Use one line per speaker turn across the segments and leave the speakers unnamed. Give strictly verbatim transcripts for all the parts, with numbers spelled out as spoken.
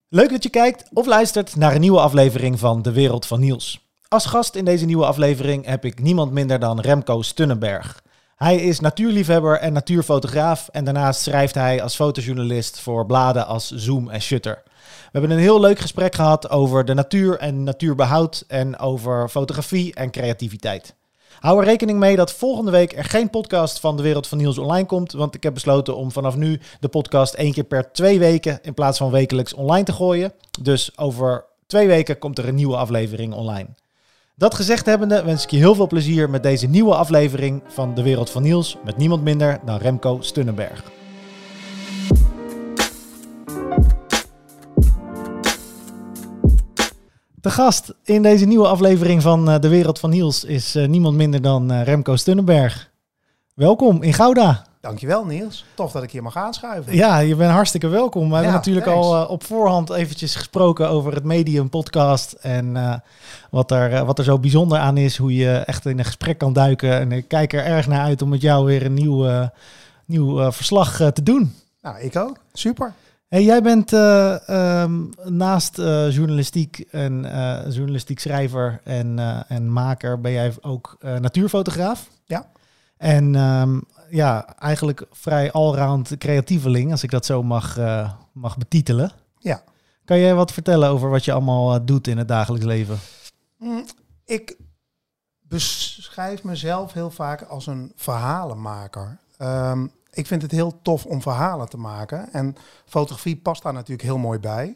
Leuk dat je kijkt of luistert naar een nieuwe aflevering van De Wereld van Niels. Als gast in deze nieuwe aflevering heb ik niemand minder dan Remco Stunnenberg. Hij is natuurliefhebber en natuurfotograaf en daarnaast schrijft hij als fotojournalist voor bladen als Zoom en Shutter. We hebben een heel leuk gesprek gehad over de natuur en natuurbehoud en over fotografie en creativiteit. Hou er rekening mee dat volgende week er geen podcast van De Wereld van Niels online komt, want ik heb besloten om vanaf nu de podcast één keer per twee weken in plaats van wekelijks online te gooien. Dus over twee weken komt er een nieuwe aflevering online. Dat gezegd hebbende wens ik je heel veel plezier met deze nieuwe aflevering van De Wereld van Niels met niemand minder dan Remco Stunnenberg. De gast in deze nieuwe aflevering van uh, De Wereld van Niels is uh, niemand minder dan uh, Remco Stunnenberg. Welkom in Gouda.
Dankjewel Niels, tof dat ik hier mag aanschuiven.
Ja, je bent hartstikke welkom. We ja, hebben natuurlijk
thanks.
al uh, op voorhand eventjes gesproken over het Medium podcast en uh, wat, er, uh, wat er zo bijzonder aan is, hoe je echt in een gesprek kan duiken. En ik kijk er erg naar uit om met jou weer een nieuw, uh, nieuw uh, verslag uh, te doen.
Nou, ik ook. Super.
Hey, jij bent uh, um, naast uh, journalistiek en uh, journalistiek schrijver en, uh, en maker, ben jij ook uh, natuurfotograaf.
Ja.
En um, ja, eigenlijk vrij allround creatieveling, als ik dat zo mag, uh, mag betitelen.
Ja.
Kan jij wat vertellen over wat je allemaal uh, doet in het dagelijks leven?
Mm, ik beschrijf mezelf heel vaak als een verhalenmaker. Um, Ik vind het heel tof om verhalen te maken. En fotografie past daar natuurlijk heel mooi bij.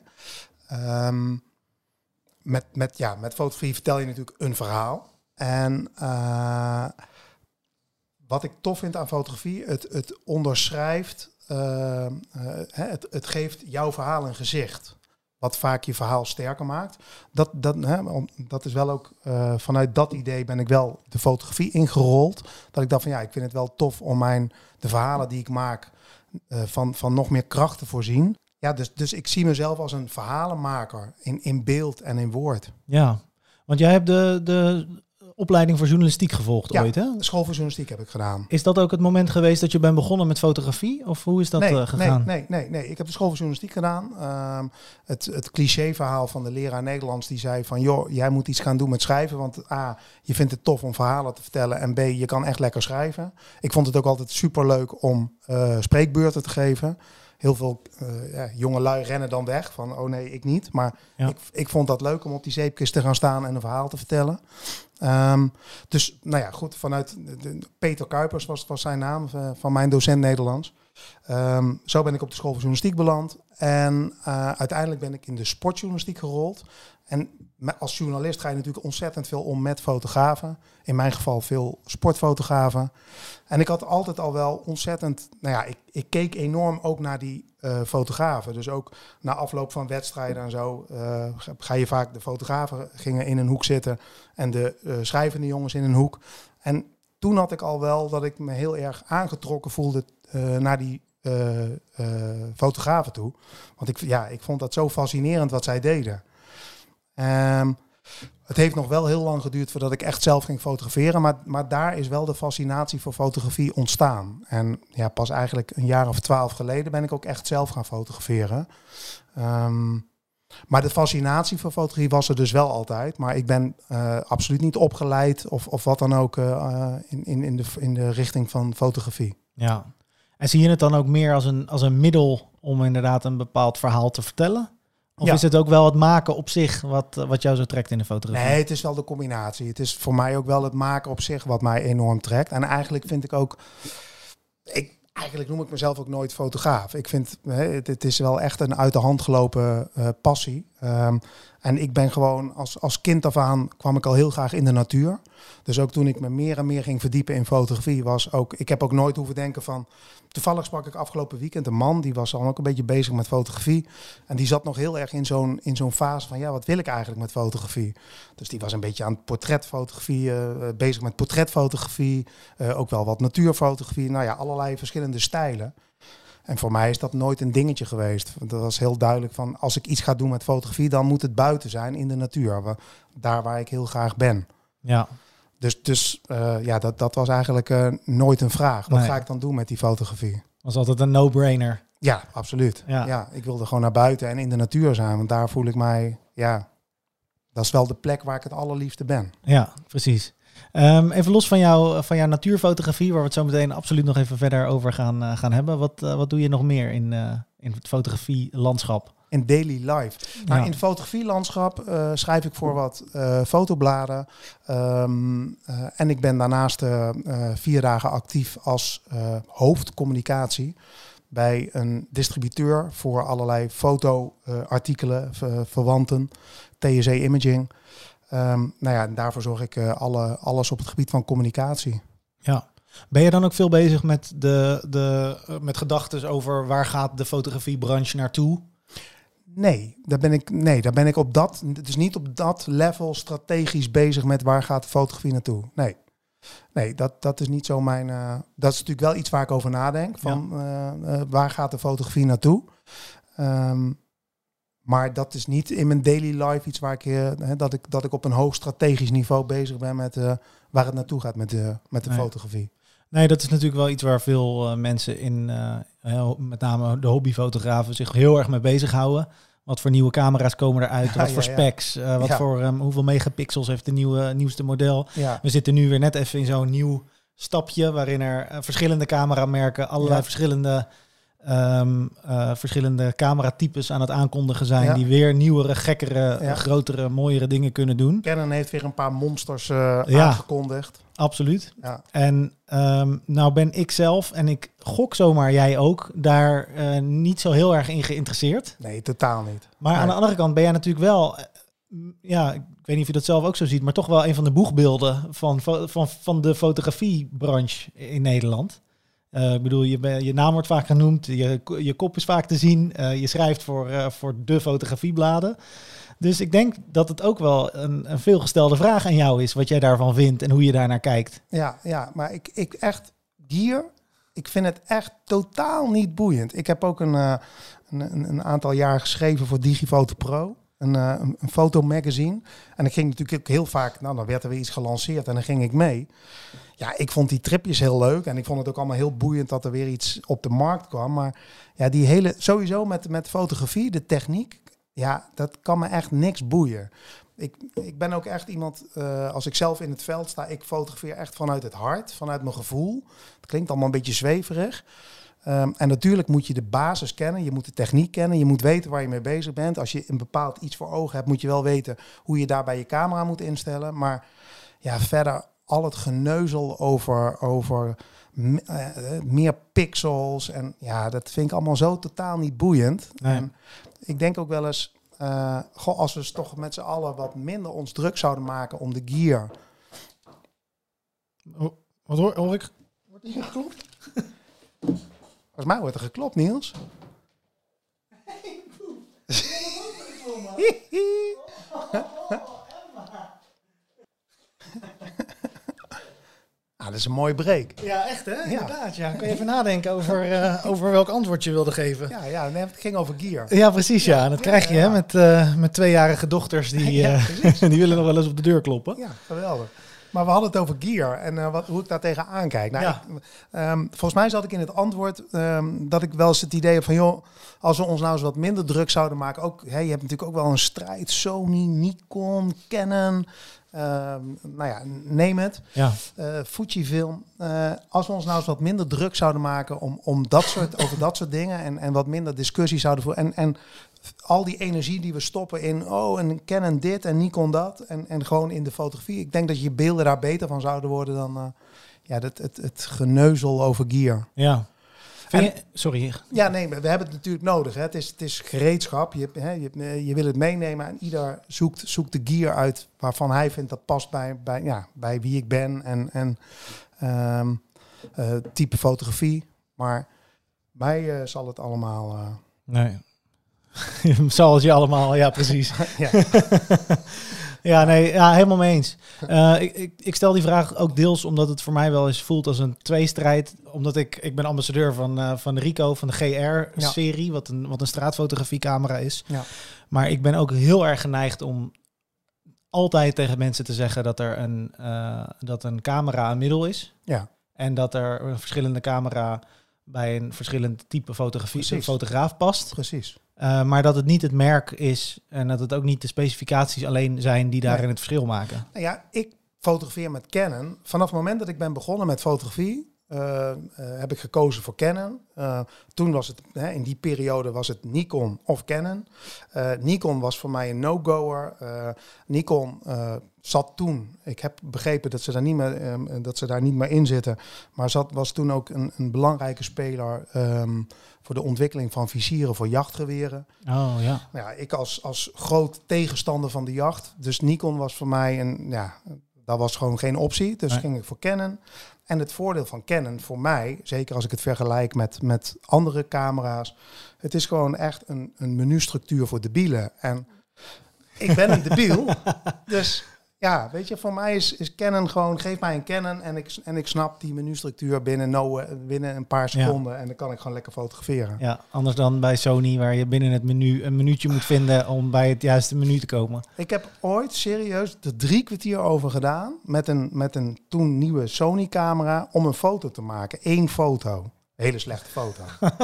Um, met, met, ja, met fotografie vertel je natuurlijk een verhaal. En uh, wat ik tof vind aan fotografie, het, het onderschrijft, uh, uh, het, het geeft jouw verhaal een gezicht. Wat vaak je verhaal sterker maakt. Dat, dat, hè, dat is wel ook, uh, vanuit dat idee ben ik wel de fotografie ingerold. Dat ik dacht van ja, ik vind het wel tof om mijn, de verhalen die ik maak uh, van, van nog meer kracht te voorzien. Ja, dus, dus ik zie mezelf als een verhalenmaker in, in beeld en in woord.
Ja, want jij hebt de, de opleiding voor journalistiek gevolgd
ja,
ooit, hè?
De school voor journalistiek heb ik gedaan.
Is dat ook het moment geweest dat je bent begonnen met fotografie? Of hoe is dat
nee,
uh, gegaan?
Nee, nee, nee, nee. Ik heb de school voor journalistiek gedaan. Um, het, het cliché-verhaal van de leraar Nederlands die zei van joh, jij moet iets gaan doen met schrijven. Want A, je vindt het tof om verhalen te vertellen. En B, je kan echt lekker schrijven. Ik vond het ook altijd superleuk om uh, spreekbeurten te geven. Heel veel uh, ja, jonge lui rennen dan weg van oh nee, ik niet. Maar ja. ik, ik vond dat leuk om op die zeepkist te gaan staan en een verhaal te vertellen. Um, dus nou ja, goed, vanuit de, Peter Kuipers was, was zijn naam, uh, van mijn docent Nederlands. Um, zo ben ik op de school voor journalistiek beland. En uh, uiteindelijk ben ik in de sportjournalistiek gerold. En als journalist ga je natuurlijk ontzettend veel om met fotografen. In mijn geval veel sportfotografen. En ik had altijd al wel ontzettend... Nou ja, ik, ik keek enorm ook naar die uh, fotografen. Dus ook na afloop van wedstrijden en zo... Uh, ga je vaak... De fotografen gingen in een hoek zitten... en de uh, schrijvende jongens in een hoek. En toen had ik al wel dat ik me heel erg aangetrokken voelde... Uh, naar die uh, uh, fotografen toe. Want ik, ja, ik vond dat zo fascinerend wat zij deden. Um, het heeft nog wel heel lang geduurd voordat ik echt zelf ging fotograferen. Maar, maar daar is wel de fascinatie voor fotografie ontstaan. En ja, pas eigenlijk een jaar of twaalf geleden ben ik ook echt zelf gaan fotograferen. Um, maar de fascinatie voor fotografie was er dus wel altijd. Maar ik ben uh, absoluut niet opgeleid of, of wat dan ook uh, in, in, in, de, in de richting van fotografie.
Ja. En zie je het dan ook meer als een, als een middel om inderdaad een bepaald verhaal te vertellen? Of ja. is het ook wel het maken op zich wat, wat jou zo trekt in de fotografie?
Nee, het is wel de combinatie. Het is voor mij ook wel het maken op zich wat mij enorm trekt. En eigenlijk vind ik ook... Ik, eigenlijk noem ik mezelf ook nooit fotograaf. Ik vind, het, het is wel echt een uit de hand gelopen uh, passie. Um, en ik ben gewoon, als, als kind af aan kwam ik al heel graag in de natuur. Dus ook toen ik me meer en meer ging verdiepen in fotografie was ook... Ik heb ook nooit hoeven denken van... Toevallig sprak ik afgelopen weekend een man, die was dan ook een beetje bezig met fotografie. En die zat nog heel erg in zo'n, in zo'n fase van, ja, wat wil ik eigenlijk met fotografie? Dus die was een beetje aan portretfotografie, uh, bezig met portretfotografie. Uh, ook wel wat natuurfotografie, nou ja, allerlei verschillende stijlen. En voor mij is dat nooit een dingetje geweest. Dat was heel duidelijk van, als ik iets ga doen met fotografie, dan moet het buiten zijn in de natuur. Daar waar ik heel graag ben.
Ja.
Dus, dus uh, ja, dat, dat was eigenlijk uh, nooit een vraag. Wat
nee.
ga ik dan doen met die fotografie?
Was altijd een no-brainer.
Ja, absoluut.
Ja.
Ja. ik wilde gewoon naar buiten en in de natuur zijn. Want daar voel ik mij, ja, dat is wel de plek waar ik het allerliefste ben.
Ja, precies. Um, even los van, jou, van jouw natuurfotografie, waar we het zo meteen absoluut nog even verder over gaan, uh, gaan hebben. Wat, uh, wat doe je nog meer in, uh, in het fotografielandschap?
In daily life. Nou,
Ja.
in het fotografielandschap uh, schrijf ik voor wat uh, fotobladen. Um, uh, en ik ben daarnaast uh, uh, vier dagen actief als uh, hoofdcommunicatie bij een distributeur voor allerlei fotoartikelen, uh, verwanten, T S E Imaging. Um, nou ja, en daarvoor zorg ik uh, alle, alles op het gebied van communicatie.
Ja. Ben je dan ook veel bezig met, de, de, uh, met gedachten over waar gaat de fotografiebranche naartoe?
Nee, daar ben ik, nee, daar ben ik op dat, het is niet op dat level strategisch bezig met waar gaat de fotografie naartoe. Nee, nee dat, dat is niet zo mijn, uh, dat is natuurlijk wel iets waar ik over nadenk, van ja. uh, uh, waar gaat de fotografie naartoe. Um, maar dat is niet in mijn daily life iets waar ik, uh, dat ik, dat ik op een hoog strategisch niveau bezig ben met uh, waar het naartoe gaat met de, met de nee. fotografie.
Nee, dat is natuurlijk wel iets waar veel uh, mensen in, uh, met name de hobbyfotografen, zich heel erg mee bezighouden. Wat voor nieuwe camera's komen eruit, wat ja, voor ja, specs, uh, wat ja. voor um, hoeveel megapixels heeft de nieuwe, nieuwste model. Ja. We zitten nu weer net even in zo'n nieuw stapje waarin er uh, verschillende cameramerken, allerlei ja. verschillende, um, uh, verschillende cameratypes aan het aankondigen zijn. Ja. Die weer nieuwere, gekkere, ja. grotere, mooiere dingen kunnen doen.
Canon heeft weer een paar monsters uh, ja. aangekondigd.
Absoluut. Ja. En um, nou ben ik zelf, en ik gok zomaar jij ook, daar uh, niet zo heel erg in geïnteresseerd.
Nee, totaal niet.
Maar
nee.
aan de andere kant ben jij natuurlijk wel, uh, ja, ik weet niet of je dat zelf ook zo ziet, maar toch wel een van de boegbeelden van, van, van de fotografiebranche in Nederland. Uh, ik bedoel, je, je naam wordt vaak genoemd, je, je kop is vaak te zien, uh, je schrijft voor, uh, voor de fotografiebladen. Dus ik denk dat het ook wel een, een veelgestelde vraag aan jou is, wat jij daarvan vindt en hoe je daarnaar kijkt.
Ja, ja, maar ik, ik echt, hier, ik vind het echt totaal niet boeiend. Ik heb ook een, uh, een, een aantal jaar geschreven voor Digifoto Pro, een, uh, een, een fotomagazine. En ik ging natuurlijk ook heel vaak, nou dan werd er weer iets gelanceerd en dan ging ik mee. Ja, ik vond die tripjes heel leuk en ik vond het ook allemaal heel boeiend dat er weer iets op de markt kwam. Maar ja, die hele, sowieso met, met fotografie, de techniek, ja, dat kan me echt niks boeien. Ik, ik ben ook echt iemand, uh, als ik zelf in het veld sta, ik fotografeer echt vanuit het hart, vanuit mijn gevoel. Het klinkt allemaal een beetje zweverig. Um, en natuurlijk moet je de basis kennen, je moet de techniek kennen, je moet weten waar je mee bezig bent. Als je een bepaald iets voor ogen hebt, moet je wel weten hoe je daarbij je camera moet instellen. Maar ja, verder al het geneuzel over, over m- uh, meer pixels. En ja, dat vind ik allemaal zo totaal niet boeiend.
Nee.
En ik denk ook wel eens, uh, goh, als we toch met z'n allen wat minder ons druk zouden maken om de gear.
Oh, wat hoor, hoor ik?
Wordt hier geklopt? Volgens mij wordt er geklopt, Niels.
Hey,
Ah, dat is een mooie break.
Ja, echt hè? Inderdaad, ja. Kan je even nadenken over, uh, over welk antwoord je wilde geven.
Ja, ja, nee, het ging over gear.
Ja, precies, ja. En dat krijg je ja, ja. hè, met, uh, met tweejarige dochters die, uh, ja, die willen nog wel eens op de deur kloppen.
Ja, geweldig. Maar we hadden het over gear en uh, wat, hoe ik daar tegenaan kijk. Nou,
ja.
ik, um, volgens mij zat ik in het antwoord um, dat ik wel eens het idee heb van, joh, als we ons nou eens wat minder druk zouden maken. Ook, hey, je hebt natuurlijk ook wel een strijd. Sony, Nikon, Canon. Uh, nou ja, neem het.
Ja.
Uh, Fujifilm. Uh, als we ons nou eens wat minder druk zouden maken om, om dat soort, over dat soort dingen en, en wat minder discussie zouden voeren. En, en al die energie die we stoppen in, oh, en Canon dit en Nikon dat. En, en gewoon in de fotografie. Ik denk dat je beelden daar beter van zouden worden dan uh, ja, het, het, het geneuzel over gear.
Ja. En, je, sorry.
Ja, nee, we hebben het natuurlijk nodig. Hè. Het, is, het is gereedschap. Je, hè, je, je wil het meenemen en ieder zoekt, zoekt de gear uit waarvan hij vindt dat past bij, bij, ja, bij wie ik ben en, en um, uh, type fotografie. Maar mij uh, zal het allemaal... Uh...
Nee. Zal het je allemaal, ja precies.
ja.
Ja, nee, ja, helemaal mee eens. Uh, ik, ik, ik stel die vraag ook deels omdat het voor mij wel eens voelt als een tweestrijd. Omdat ik, ik ben ambassadeur van, uh, van de Ricoh, van de G R-serie, ja. wat, een, wat een straatfotografiecamera is.
Ja.
Maar ik ben ook heel erg geneigd om altijd tegen mensen te zeggen dat er een, uh, dat een camera een middel is.
Ja.
En dat er een verschillende camera bij een verschillend type fotografie,
Precies.
fotograaf past.
Precies.
Uh, maar dat het niet het merk is en dat het ook niet de specificaties alleen zijn die daarin
Nee.
het verschil maken.
Nou ja, ik fotografeer met Canon. Vanaf het moment dat ik ben begonnen met fotografie, uh, uh, heb ik gekozen voor Canon. Uh, toen was het, hè, in die periode was het Nikon of Canon. Uh, Nikon was voor mij een no-goer. Uh, Nikon uh, zat toen, ik heb begrepen dat ze daar niet meer, um, dat ze daar niet meer in zitten, maar zat, was toen ook een, een belangrijke speler um, voor de ontwikkeling van visieren voor jachtgeweren.
Oh ja.
Nou ja, ik als, als groot tegenstander van de jacht, dus Nikon was voor mij een, ja, dat was gewoon geen optie. Dus
nee.
ging ik voor Canon. En het voordeel van Canon voor mij, zeker als ik het vergelijk met, met andere camera's, het is gewoon echt een, een menustructuur voor debielen. En ik ben een debiel, dus ja, weet je, voor mij is, is Canon gewoon, geef mij een Canon en ik, en ik snap die menustructuur binnen, no, binnen een paar seconden ja. en dan kan ik gewoon lekker fotograferen.
Ja, anders dan bij Sony waar je binnen het menu een minuutje moet vinden om bij het juiste menu te komen.
Ik heb ooit serieus er drie kwartier over gedaan met een, met een toen nieuwe Sony camera om een foto te maken. Eén foto. Een hele slechte foto.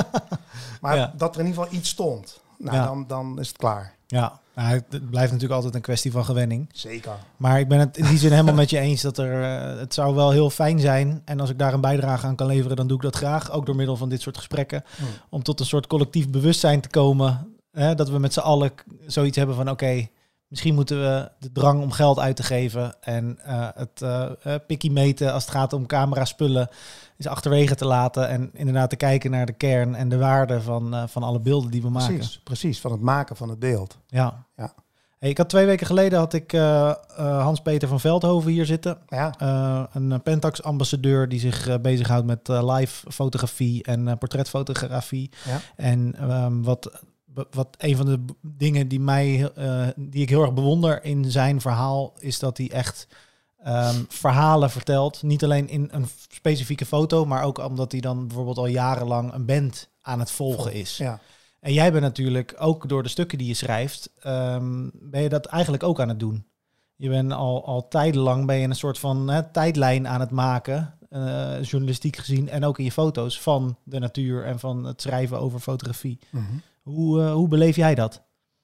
maar ja. dat er in ieder geval iets stond. Nou, ja. dan, dan is het klaar.
Ja, nou, het blijft natuurlijk altijd een kwestie van gewenning.
Zeker.
Maar ik ben het in die zin helemaal met je eens dat er, uh, het zou wel heel fijn zijn. En als ik daar een bijdrage aan kan leveren, dan doe ik dat graag. Ook door middel van dit soort gesprekken. Hmm. Om tot een soort collectief bewustzijn te komen. Hè, dat we met z'n allen zoiets hebben van oké, okay, misschien moeten we de drang om geld uit te geven. En uh, het uh, uh, pikkie meten als het gaat om camera spullen is achterwege te laten. En inderdaad te kijken naar de kern en de waarde van, uh, van alle beelden die we maken.
Precies, precies, van het maken van het beeld.
Ja.
ja.
Hey, ik had twee weken geleden had ik uh, uh, Hans-Peter van Veldhoven hier zitten.
Ja.
Uh, een Pentax-ambassadeur die zich uh, bezighoudt met uh, live fotografie en uh, portretfotografie. Ja. En um, wat, wat een van de dingen die, mij, uh, die ik heel erg bewonder in zijn verhaal is dat hij echt um, verhalen vertelt. Niet alleen in een specifieke foto, maar ook omdat hij dan bijvoorbeeld al jarenlang een band aan het volgen is.
Ja.
En jij bent natuurlijk ook door de stukken die je schrijft, um, ben je dat eigenlijk ook aan het doen. Je bent al, al tijdenlang ben je een soort van hè, tijdlijn aan het maken, uh, journalistiek gezien, en ook in je foto's van de natuur en van het schrijven over fotografie. Mm-hmm. Hoe, uh, hoe beleef jij dat?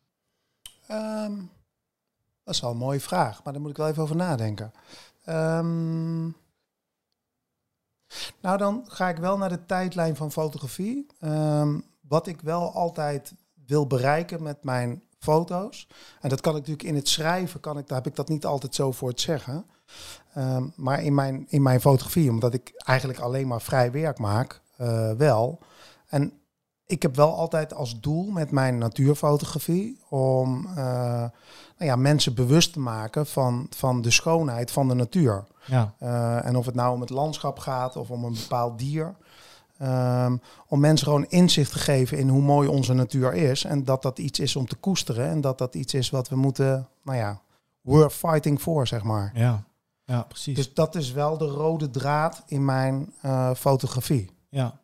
Um, dat is wel een mooie vraag, maar daar moet ik wel even over nadenken. Um, nou, dan ga ik wel naar de tijdlijn van fotografie. Um, Wat ik wel altijd wil bereiken met mijn foto's. En dat kan ik natuurlijk in het schrijven, kan ik, daar heb ik dat niet altijd zo voor het zeggen. Um, maar in mijn, in mijn fotografie, omdat ik eigenlijk alleen maar vrij werk maak, uh, wel. En ik heb wel altijd als doel met mijn natuurfotografie om uh, nou ja, mensen bewust te maken van, van de schoonheid van de natuur. Ja. Uh, en of het nou om het landschap gaat of om een bepaald dier. Um, om mensen gewoon inzicht te geven in hoe mooi onze natuur is. En dat dat iets is om te koesteren. En dat dat iets is wat we moeten, nou ja, we're fighting for, zeg maar.
Ja, ja, precies.
Dus dat is wel de rode draad in mijn uh, fotografie.
Ja.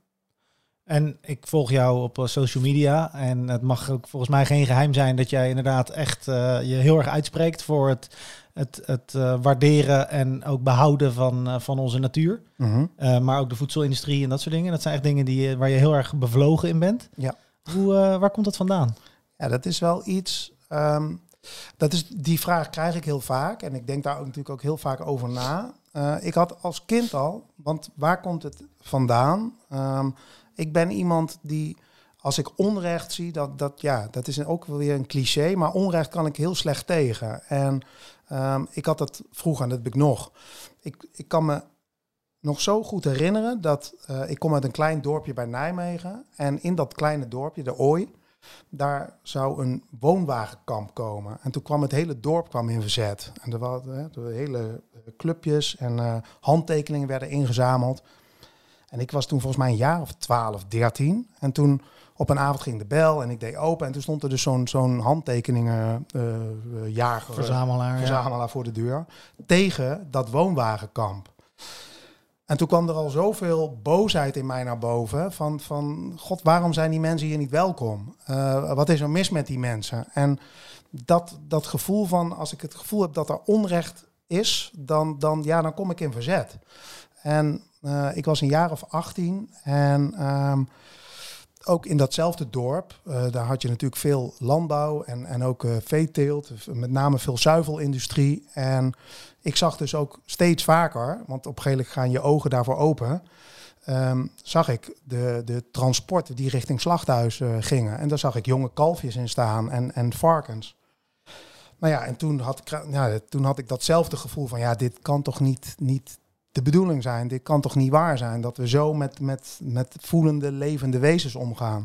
En ik volg jou op uh, social media. En het mag ook volgens mij geen geheim zijn dat jij inderdaad echt uh, je heel erg uitspreekt voor het... Het, het uh, waarderen en ook behouden van, uh, van onze natuur. Mm-hmm. Uh, maar ook de voedselindustrie en dat soort dingen. Dat zijn echt dingen die, waar je heel erg bevlogen in bent.
Ja.
Hoe, uh, waar komt dat vandaan?
Ja, dat is wel iets... Um, dat is, die vraag krijg ik heel vaak. En ik denk daar ook natuurlijk ook heel vaak over na. Uh, ik had als kind al... Want waar komt het vandaan? Um, ik ben iemand die... Als ik onrecht zie, dat, dat, ja, dat is ook wel weer een cliché. Maar onrecht kan ik heel slecht tegen. En um, ik had dat vroeger, en dat heb ik nog. Ik, ik kan me nog zo goed herinneren dat uh, ik kom uit een klein dorpje bij Nijmegen. En in dat kleine dorpje, de Ooi, daar zou een woonwagenkamp komen. En toen kwam het hele dorp kwam in verzet. En er waren uh, hele clubjes en uh, handtekeningen werden ingezameld. En ik was toen volgens mij een jaar of twaalf, dertien. En toen op een avond ging de bel en ik deed open. En toen stond er dus zo'n, zo'n handtekeningen uh, jager,
verzamelaar,
verzamelaar
ja.
voor de deur. Tegen dat woonwagenkamp. En toen kwam er al zoveel boosheid in mij naar boven. Van, van god, waarom zijn die mensen hier niet welkom? Uh, wat is er mis met die mensen? En dat, dat gevoel van, als ik het gevoel heb dat er onrecht is, dan, dan, ja, dan kom ik in verzet. En Uh, ik was een jaar of achttien en um, ook in datzelfde dorp, uh, daar had je natuurlijk veel landbouw en, en ook uh, veeteelt, met name veel zuivelindustrie. En ik zag dus ook steeds vaker, want op een gegeven moment gaan je ogen daarvoor open, um, zag ik de, de transporten die richting slachthuizen uh, gingen. En daar zag ik jonge kalfjes in staan en, en varkens. Nou ja, en toen had, ik, ja, toen had ik datzelfde gevoel van, ja, dit kan toch niet, niet de bedoeling zijn. Dit kan toch niet waar zijn, dat we zo met, met, met voelende, levende wezens omgaan.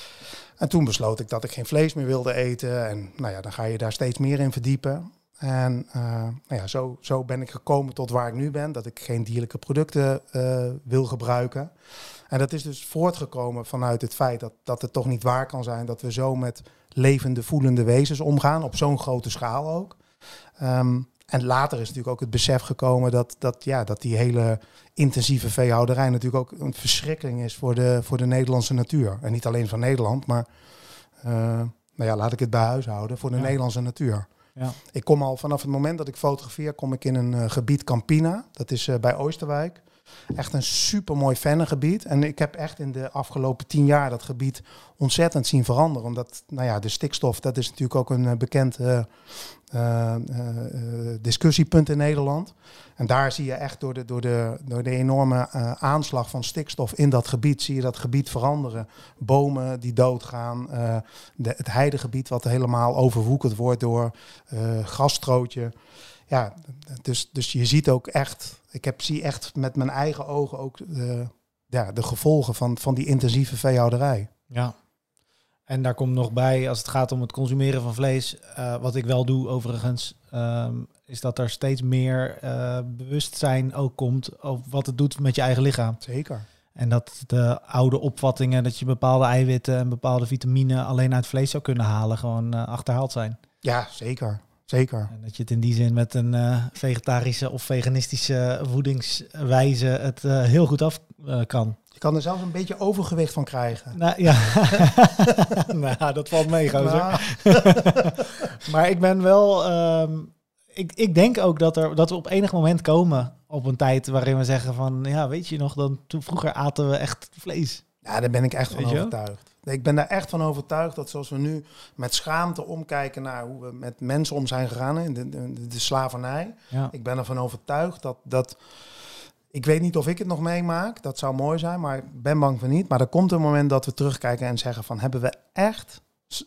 En toen besloot ik dat ik geen vlees meer wilde eten. En nou ja, dan ga je daar steeds meer in verdiepen. En uh, nou ja, zo, zo ben ik gekomen tot waar ik nu ben. Dat ik geen dierlijke producten uh, wil gebruiken. En dat is dus voortgekomen vanuit het feit dat, dat het toch niet waar kan zijn dat we zo met levende, voelende wezens omgaan. Op zo'n grote schaal ook. Um, en later is natuurlijk ook het besef gekomen dat, dat, ja, dat die hele intensieve veehouderij natuurlijk ook een verschrikking is voor de, voor de Nederlandse natuur. En niet alleen van Nederland, maar uh, nou ja, laat ik het bij huis houden, voor de ja. Nederlandse natuur. Ja. Ik kom al vanaf het moment dat ik fotografeer, kom ik in een uh, gebied Campina. Dat is uh, bij Oosterwijk. Echt een supermooi vennengebied. En ik heb echt in de afgelopen tien jaar dat gebied ontzettend zien veranderen. Omdat, nou ja, de stikstof, dat is natuurlijk ook een uh, bekend uh, uh, uh, discussiepunt in Nederland. En daar zie je echt door de, door de, door de enorme uh, aanslag van stikstof in dat gebied, zie je dat gebied veranderen. Bomen die doodgaan, uh, de, het heidegebied wat helemaal overwoekerd wordt door uh, grasstrootje. Ja, dus, dus je ziet ook echt, ik heb, zie echt met mijn eigen ogen ook de, ja, de gevolgen van, van die intensieve veehouderij.
Ja, en daar komt nog bij, als het gaat om het consumeren van vlees, uh, wat ik wel doe overigens, um, is dat er steeds meer uh, bewustzijn ook komt over wat het doet met je eigen lichaam.
Zeker.
En dat de oude opvattingen dat je bepaalde eiwitten en bepaalde vitamine alleen uit vlees zou kunnen halen, gewoon uh, achterhaald zijn.
Ja, zeker. Zeker.
En dat je het in die zin met een uh, vegetarische of veganistische voedingswijze het uh, heel goed af uh, kan.
Je kan er zelfs een beetje overgewicht van krijgen.
Nou ja, nou, dat valt mee, gozer. Nou. Maar ik ben wel, um, ik, ik denk ook dat, er, dat we op enig moment komen op een tijd waarin we zeggen van, ja, weet je nog, dan toen vroeger aten we echt vlees.
Ja, daar ben ik echt van overtuigd. Ik ben daar echt van overtuigd dat zoals we nu met schaamte omkijken naar hoe we met mensen om zijn gegaan in de, de, de slavernij. Ja. Ik ben ervan overtuigd dat, dat... Ik weet niet of ik het nog meemaak. Dat zou mooi zijn, maar ik ben bang van niet. Maar er komt een moment dat we terugkijken en zeggen van... Hebben we echt...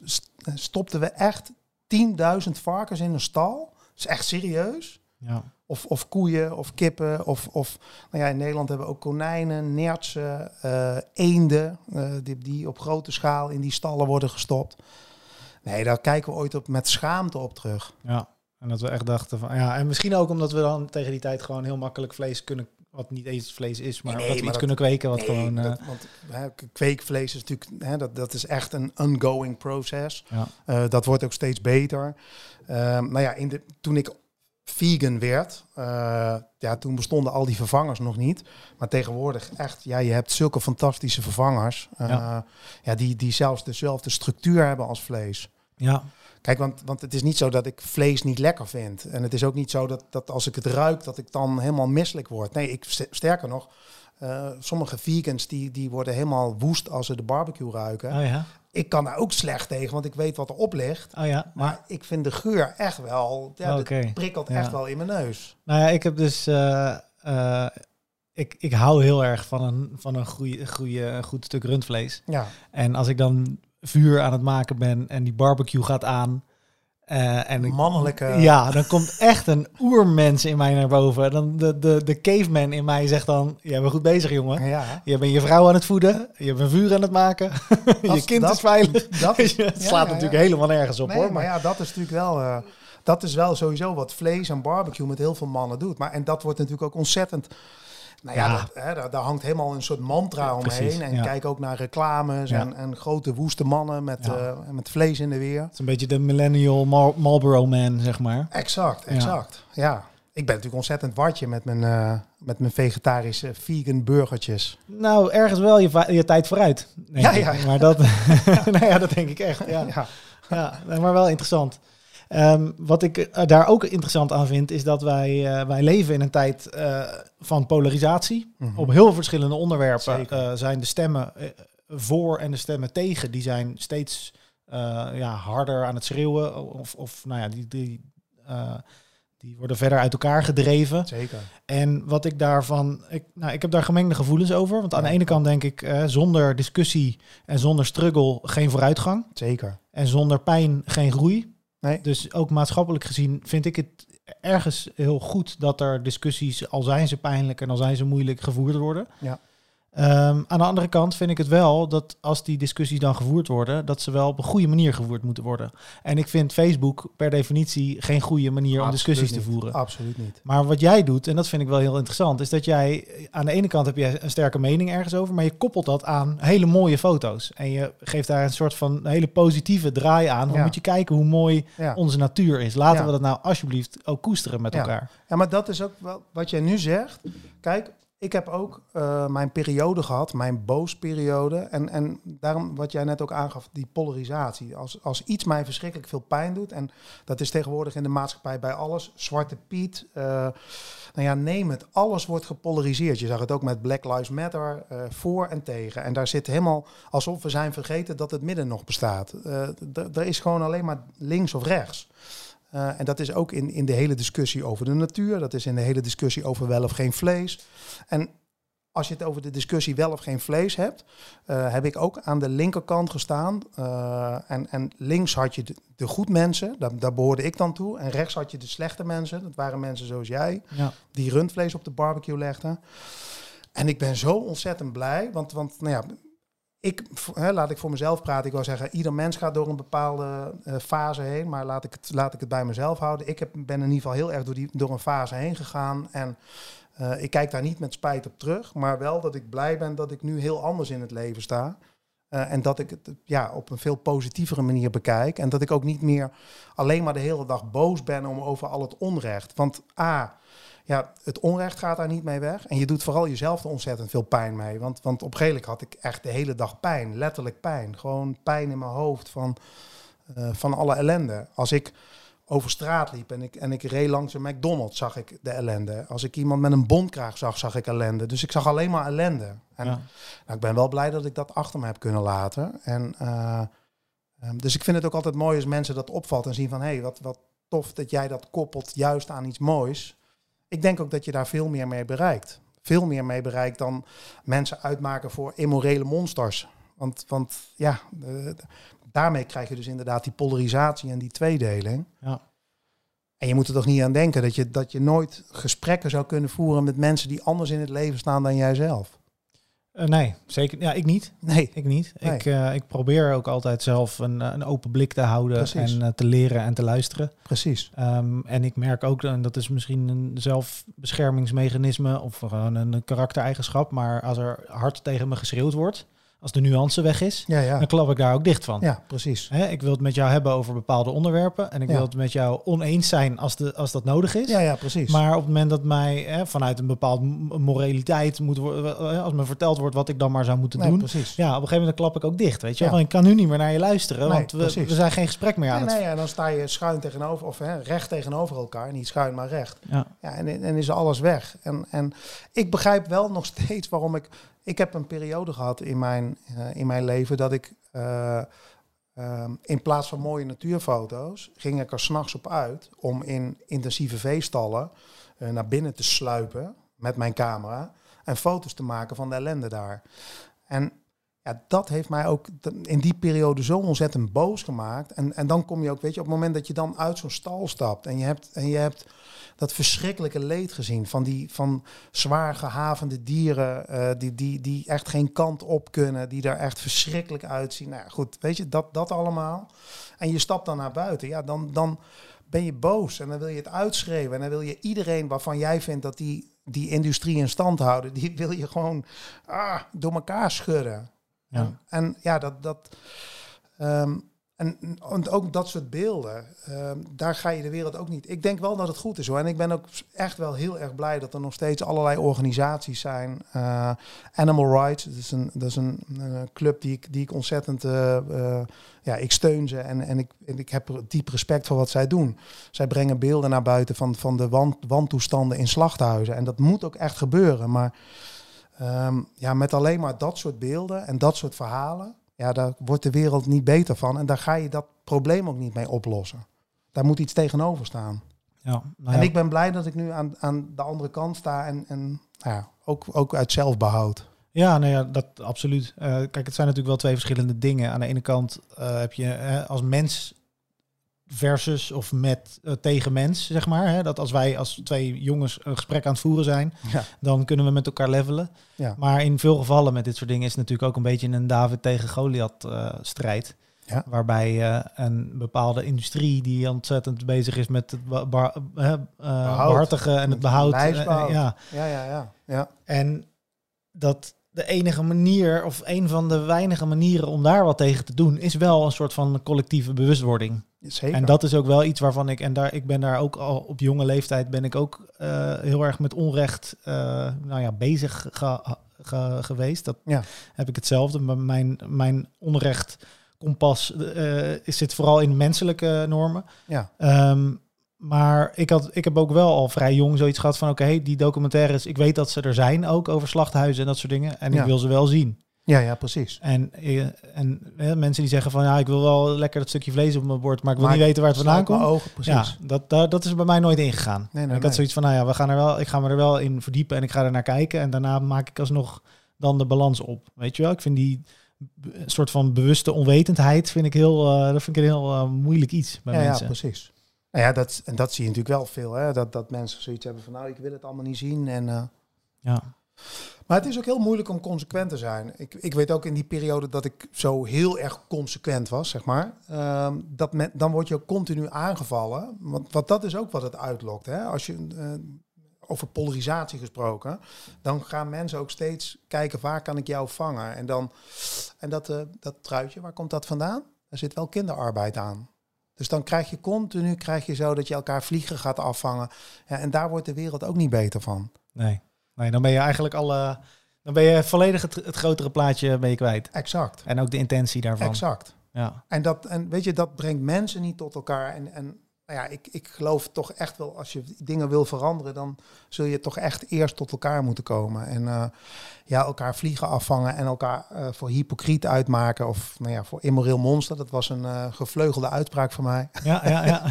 Stopten we echt tienduizend varkens in een stal? Dat is echt serieus.
Ja.
Of, of koeien, of kippen, of, of nou ja, in Nederland hebben we ook konijnen, nertsen, uh, eenden, uh, die, die op grote schaal in die stallen worden gestopt. Nee, daar kijken we ooit op met schaamte op terug.
Ja, en dat we echt dachten van, ja, en misschien ook omdat we dan tegen die tijd gewoon heel makkelijk vlees kunnen, wat niet eens vlees is, maar nee, dat we maar iets dat, kunnen kweken, wat nee, gewoon... Uh,
dat, want hè, kweekvlees is natuurlijk, hè, dat, dat is echt een ongoing proces. Ja. Uh, dat wordt ook steeds beter. Uh, nou ja, in de, toen ik vegan werd, uh, ja, toen bestonden al die vervangers nog niet. Maar tegenwoordig echt, ja, je hebt zulke fantastische vervangers. Uh, ja. Ja, die, die zelfs dezelfde structuur hebben als vlees.
Ja.
Kijk, want, want het is niet zo dat ik vlees niet lekker vind. En het is ook niet zo dat, dat als ik het ruik, dat ik dan helemaal misselijk word. Nee, ik, sterker nog, uh, sommige vegans die, die worden helemaal woest als ze de barbecue ruiken.
Oh ja. Ik
kan daar ook slecht tegen, want ik weet wat erop ligt.
Oh ja.
Maar ik vind de geur echt wel, ja, okay. dat prikkelt ja. echt wel in mijn neus.
Nou ja, ik heb dus, uh, uh, ik, ik hou heel erg van een, van een goeie, goeie, goed stuk rundvlees.
Ja.
En als ik dan vuur aan het maken ben en die barbecue gaat aan. Uh, en ik,
mannelijke...
Ja, dan komt echt een oermens in mij naar boven. Dan de, de, de caveman in mij zegt dan... Jij bent goed bezig, jongen.
Ja.
Je bent je vrouw aan het voeden. Je bent vuur aan het maken.
Als,
je kind
dat,
is veilig.
Dat is,
het slaat ja, ja, natuurlijk ja. helemaal nergens op,
nee,
hoor.
Maar, maar ja, dat is natuurlijk wel... Uh, dat is wel sowieso wat vlees en barbecue met heel veel mannen doet. Maar en dat wordt natuurlijk ook ontzettend... Nou ja,
ja.
Dat, hè, daar, daar hangt helemaal een soort mantra ja, omheen. Precies, en ja. kijk ook naar reclames ja. en, en grote woeste mannen met, ja. uh, met vlees in de weer.
Het is een beetje de millennial Mar- Marlboro man, zeg maar.
Exact, exact. Ja. ja. Ik ben natuurlijk ontzettend watje met mijn, uh, met mijn vegetarische vegan burgertjes.
Nou, ergens wel je, va- je tijd vooruit.
Ja, ja, ja.
Maar dat, nou ja, dat denk ik echt. Ja. Ja. Ja, maar wel interessant. Um, wat ik uh, daar ook interessant aan vind, is dat wij, uh, wij leven in een tijd uh, van polarisatie. Mm-hmm. Op heel verschillende onderwerpen uh, zijn de stemmen uh, voor en de stemmen tegen, die zijn steeds uh, ja, harder aan het schreeuwen. Of, of nou ja, die, die, uh, die worden verder uit elkaar gedreven.
Zeker.
En wat ik daarvan... Ik, nou, ik heb daar gemengde gevoelens over. Want aan ja. de ene kant denk ik, uh, zonder discussie en zonder struggle geen vooruitgang.
Zeker.
En zonder pijn geen groei.
Nee.
Dus ook maatschappelijk gezien vind ik het ergens heel goed dat er discussies, al zijn ze pijnlijk en al zijn ze moeilijk, gevoerd worden.
Ja.
Um, aan de andere kant vind ik het wel dat als die discussies dan gevoerd worden, dat ze wel op een goede manier gevoerd moeten worden. En ik vind Facebook per definitie geen goede manier om
Absoluut
discussies
niet.
te voeren.
Absoluut niet.
Maar wat jij doet, en dat vind ik wel heel interessant, is dat jij aan de ene kant heb je een sterke mening ergens over, maar je koppelt dat aan hele mooie foto's. En je geeft daar een soort van hele positieve draai aan. Hoe ja. moet je kijken hoe mooi ja. onze natuur is. Laten ja. we dat nou alsjeblieft ook koesteren met
ja.
elkaar.
Ja, maar dat is ook wel wat jij nu zegt. Kijk, ik heb ook uh, mijn periode gehad, mijn boosperiode. En, en daarom wat jij net ook aangaf, die polarisatie. Als, als iets mij verschrikkelijk veel pijn doet, en dat is tegenwoordig in de maatschappij bij alles. Zwarte Piet, uh, nou ja, neem het. Alles wordt gepolariseerd. Je zag het ook met Black Lives Matter, uh, voor en tegen. En daar zit helemaal alsof we zijn vergeten dat het midden nog bestaat. Uh, d- er is gewoon alleen maar links of rechts. Uh, en dat is ook in, in de hele discussie over de natuur. Dat is in de hele discussie over wel of geen vlees. En als je het over de discussie wel of geen vlees hebt, uh, heb ik ook aan de linkerkant gestaan. Uh, en, en links had je de, de goed mensen, daar, daar behoorde ik dan toe. En rechts had je de slechte mensen. Dat waren mensen zoals jij, ja. die rundvlees op de barbecue legden. En ik ben zo ontzettend blij, want, want nou ja... Ik, hè, laat ik voor mezelf praten. Ik wil zeggen, ieder mens gaat door een bepaalde uh, fase heen. Maar laat ik, het, laat ik het bij mezelf houden. Ik heb, ben in ieder geval heel erg door, die, door een fase heen gegaan. En uh, ik kijk daar niet met spijt op terug. Maar wel dat ik blij ben dat ik nu heel anders in het leven sta. Uh, en dat ik het ja, op een veel positievere manier bekijk. En dat ik ook niet meer alleen maar de hele dag boos ben om over al het onrecht. Want A... Ja, het onrecht gaat daar niet mee weg. En je doet vooral jezelf er ontzettend veel pijn mee. Want, want op een gegeven moment had ik echt de hele dag pijn. Letterlijk pijn. Gewoon pijn in mijn hoofd van, uh, van alle ellende. Als ik over straat liep en ik, en ik reed langs een McDonald's, zag ik de ellende. Als ik iemand met een bondkraag zag, zag ik ellende. Dus ik zag alleen maar ellende. En ja. nou, ik ben wel blij dat ik dat achter me heb kunnen laten. En, uh, um, dus ik vind het ook altijd mooi als mensen dat opvalt en zien van... hé, hey, wat, wat tof dat jij dat koppelt juist aan iets moois... Ik denk ook dat je daar veel meer mee bereikt. Veel meer mee bereikt dan mensen uitmaken voor immorele monsters. Want, want ja, de, de, daarmee krijg je dus inderdaad die polarisatie en die tweedeling. Ja. En je moet er toch niet aan denken dat je, dat je nooit gesprekken zou kunnen voeren met mensen die anders in het leven staan dan jijzelf.
Uh, nee, zeker. Ja, ik niet.
Nee.
Ik niet.
Nee.
Ik, uh, ik probeer ook altijd zelf een, een open blik te houden. Precies. En uh, te leren en te luisteren.
Precies.
Um, en ik merk ook, en dat is misschien een zelfbeschermingsmechanisme of gewoon een karaktereigenschap, maar als er hard tegen me geschreeuwd wordt, als de nuance weg is, ja, ja. dan klap ik daar ook dicht van.
Ja, precies.
Hè, ik wil het met jou hebben over bepaalde onderwerpen en ik ja. wil het met jou oneens zijn als, de, als dat nodig is.
Ja, ja, precies.
Maar op het moment dat mij hè, vanuit een bepaalde moraliteit moet worden, als me verteld wordt wat ik dan maar zou moeten
nee,
doen,
precies.
ja, op een gegeven moment klap ik ook dicht. Weet je,
ja.
Want ik kan nu niet meer naar je luisteren,
nee,
want we, we zijn geen gesprek meer aan
nee,
het.
Nee, ja, dan sta je schuin tegenover of hè, recht tegenover elkaar, niet schuin maar recht.
Ja.
Ja, en, en is alles weg. En, en ik begrijp wel nog steeds waarom ik. Ik heb een periode gehad in mijn, uh, in mijn leven dat ik uh, uh, in plaats van mooie natuurfoto's ging ik er 's nachts op uit om in intensieve veestallen uh, naar binnen te sluipen met mijn camera en foto's te maken van de ellende daar. En ja, dat heeft mij ook in die periode zo ontzettend boos gemaakt. En, en dan kom je ook, weet je, op het moment dat je dan uit zo'n stal stapt en je hebt, en je hebt dat verschrikkelijke leed gezien van die van zwaar gehavende dieren uh, die, die, die echt geen kant op kunnen, die er echt verschrikkelijk uitzien. Nou ja, goed, weet je, dat, dat allemaal. En je stapt dan naar buiten, ja, dan, dan ben je boos en dan wil je het uitschreeuwen en dan wil je iedereen waarvan jij vindt dat die, die industrie in stand houden, die wil je gewoon ah, door elkaar schudden.
Ja.
En, en ja, dat... dat um, En, en ook dat soort beelden, uh, daar ga je de wereld ook niet. Ik denk wel dat het goed is hoor. En ik ben ook echt wel heel erg blij dat er nog steeds allerlei organisaties zijn. Uh, Animal Rights, dat is een, dat is een, een club die ik, die ik ontzettend... Uh, uh, ja, ik steun ze en, en, ik, en ik heb diep respect voor wat zij doen. Zij brengen beelden naar buiten van, van de wan, wantoestanden in slachthuizen. En dat moet ook echt gebeuren. Maar um, ja, met alleen maar dat soort beelden en dat soort verhalen... Ja, daar wordt de wereld niet beter van. En daar ga je dat probleem ook niet mee oplossen. Daar moet iets tegenover staan.
Ja, nou ja.
En ik ben blij dat ik nu aan, aan de andere kant sta. En, en nou ja, ook, ook uit zelfbehoud.
Ja, nou ja, dat absoluut. Uh, kijk, het zijn natuurlijk wel twee verschillende dingen. Aan de ene kant uh, heb je uh, als mens versus of met uh, tegen mens, zeg maar. Hè? Dat als wij als twee jongens een gesprek aan het voeren zijn, ja. dan kunnen we met elkaar levelen. Ja. Maar in veel gevallen met dit soort dingen is het natuurlijk ook een beetje een David tegen Goliath uh, strijd. Ja. Waarbij uh, een bepaalde industrie die ontzettend bezig is met het bar, bar, uh, behartigen en het behoud. Uh, ja.
Ja, ja, ja, ja.
En dat de enige manier, of een van de weinige manieren om daar wat tegen te doen, is wel een soort van collectieve bewustwording.
Zeker.
En dat is ook wel iets waarvan ik, en daar, ik ben daar ook al op jonge leeftijd, ben ik ook uh, heel erg met onrecht uh, nou ja, bezig ge, ge, geweest. Dat ja. heb ik hetzelfde. Maar mijn, mijn onrecht kompas uh, zit vooral in menselijke normen.
Ja.
Um, maar ik, had, ik heb ook wel al vrij jong zoiets gehad van oké, okay, die documentaires, ik weet dat ze er zijn ook over slachthuizen en dat soort dingen. En ja. ik wil ze wel zien.
Ja, ja, precies.
En, en ja, mensen die zeggen van ja, ik wil wel lekker dat stukje vlees op mijn bord, maar ik wil maar niet weten waar het vandaan komt.
Ogen, precies.
Ja, dat, dat, dat is bij mij nooit ingegaan. Nee, nee, ik had nee. zoiets van nou ja, we gaan er wel, ik ga me er wel in verdiepen en ik ga er naar kijken en daarna maak ik alsnog dan de balans op. Weet je wel? Ik vind die soort van bewuste onwetendheid vind ik heel, uh, dat vind ik een heel uh, moeilijk iets bij
ja,
mensen.
Ja, precies. Nou ja, dat, en dat zie je natuurlijk wel veel, hè? Dat, dat mensen zoiets hebben van nou, ik wil het allemaal niet zien en. Uh...
Ja.
Maar het is ook heel moeilijk om consequent te zijn. Ik, ik weet ook in die periode dat ik zo heel erg consequent was, zeg maar. Um, dat men, dan word je ook continu aangevallen. Want, want dat is ook wat het uitlokt. Hè? Als je uh, over polarisatie gesproken, dan gaan mensen ook steeds kijken waar kan ik jou vangen. En, dan, en dat, uh, dat truitje, waar komt dat vandaan? Er zit wel kinderarbeid aan. Dus dan krijg je continu krijg je zo dat je elkaar vliegen gaat afvangen. Ja, en daar wordt de wereld ook niet beter van.
Nee. Nee, dan ben je eigenlijk alle, dan ben je volledig het, het grotere plaatje ben je kwijt.
Exact.
En ook de intentie daarvan.
Exact.
Ja.
En dat, en weet je, dat brengt mensen niet tot elkaar. En, en nou ja, ik, ik geloof toch echt wel, als je dingen wil veranderen, dan zul je toch echt eerst tot elkaar moeten komen. En uh, ja, elkaar vliegen afvangen en elkaar uh, voor hypocriet uitmaken of nou ja, voor immoreel monster. Dat was een uh, gevleugelde uitspraak van mij.
Ja, ja, ja.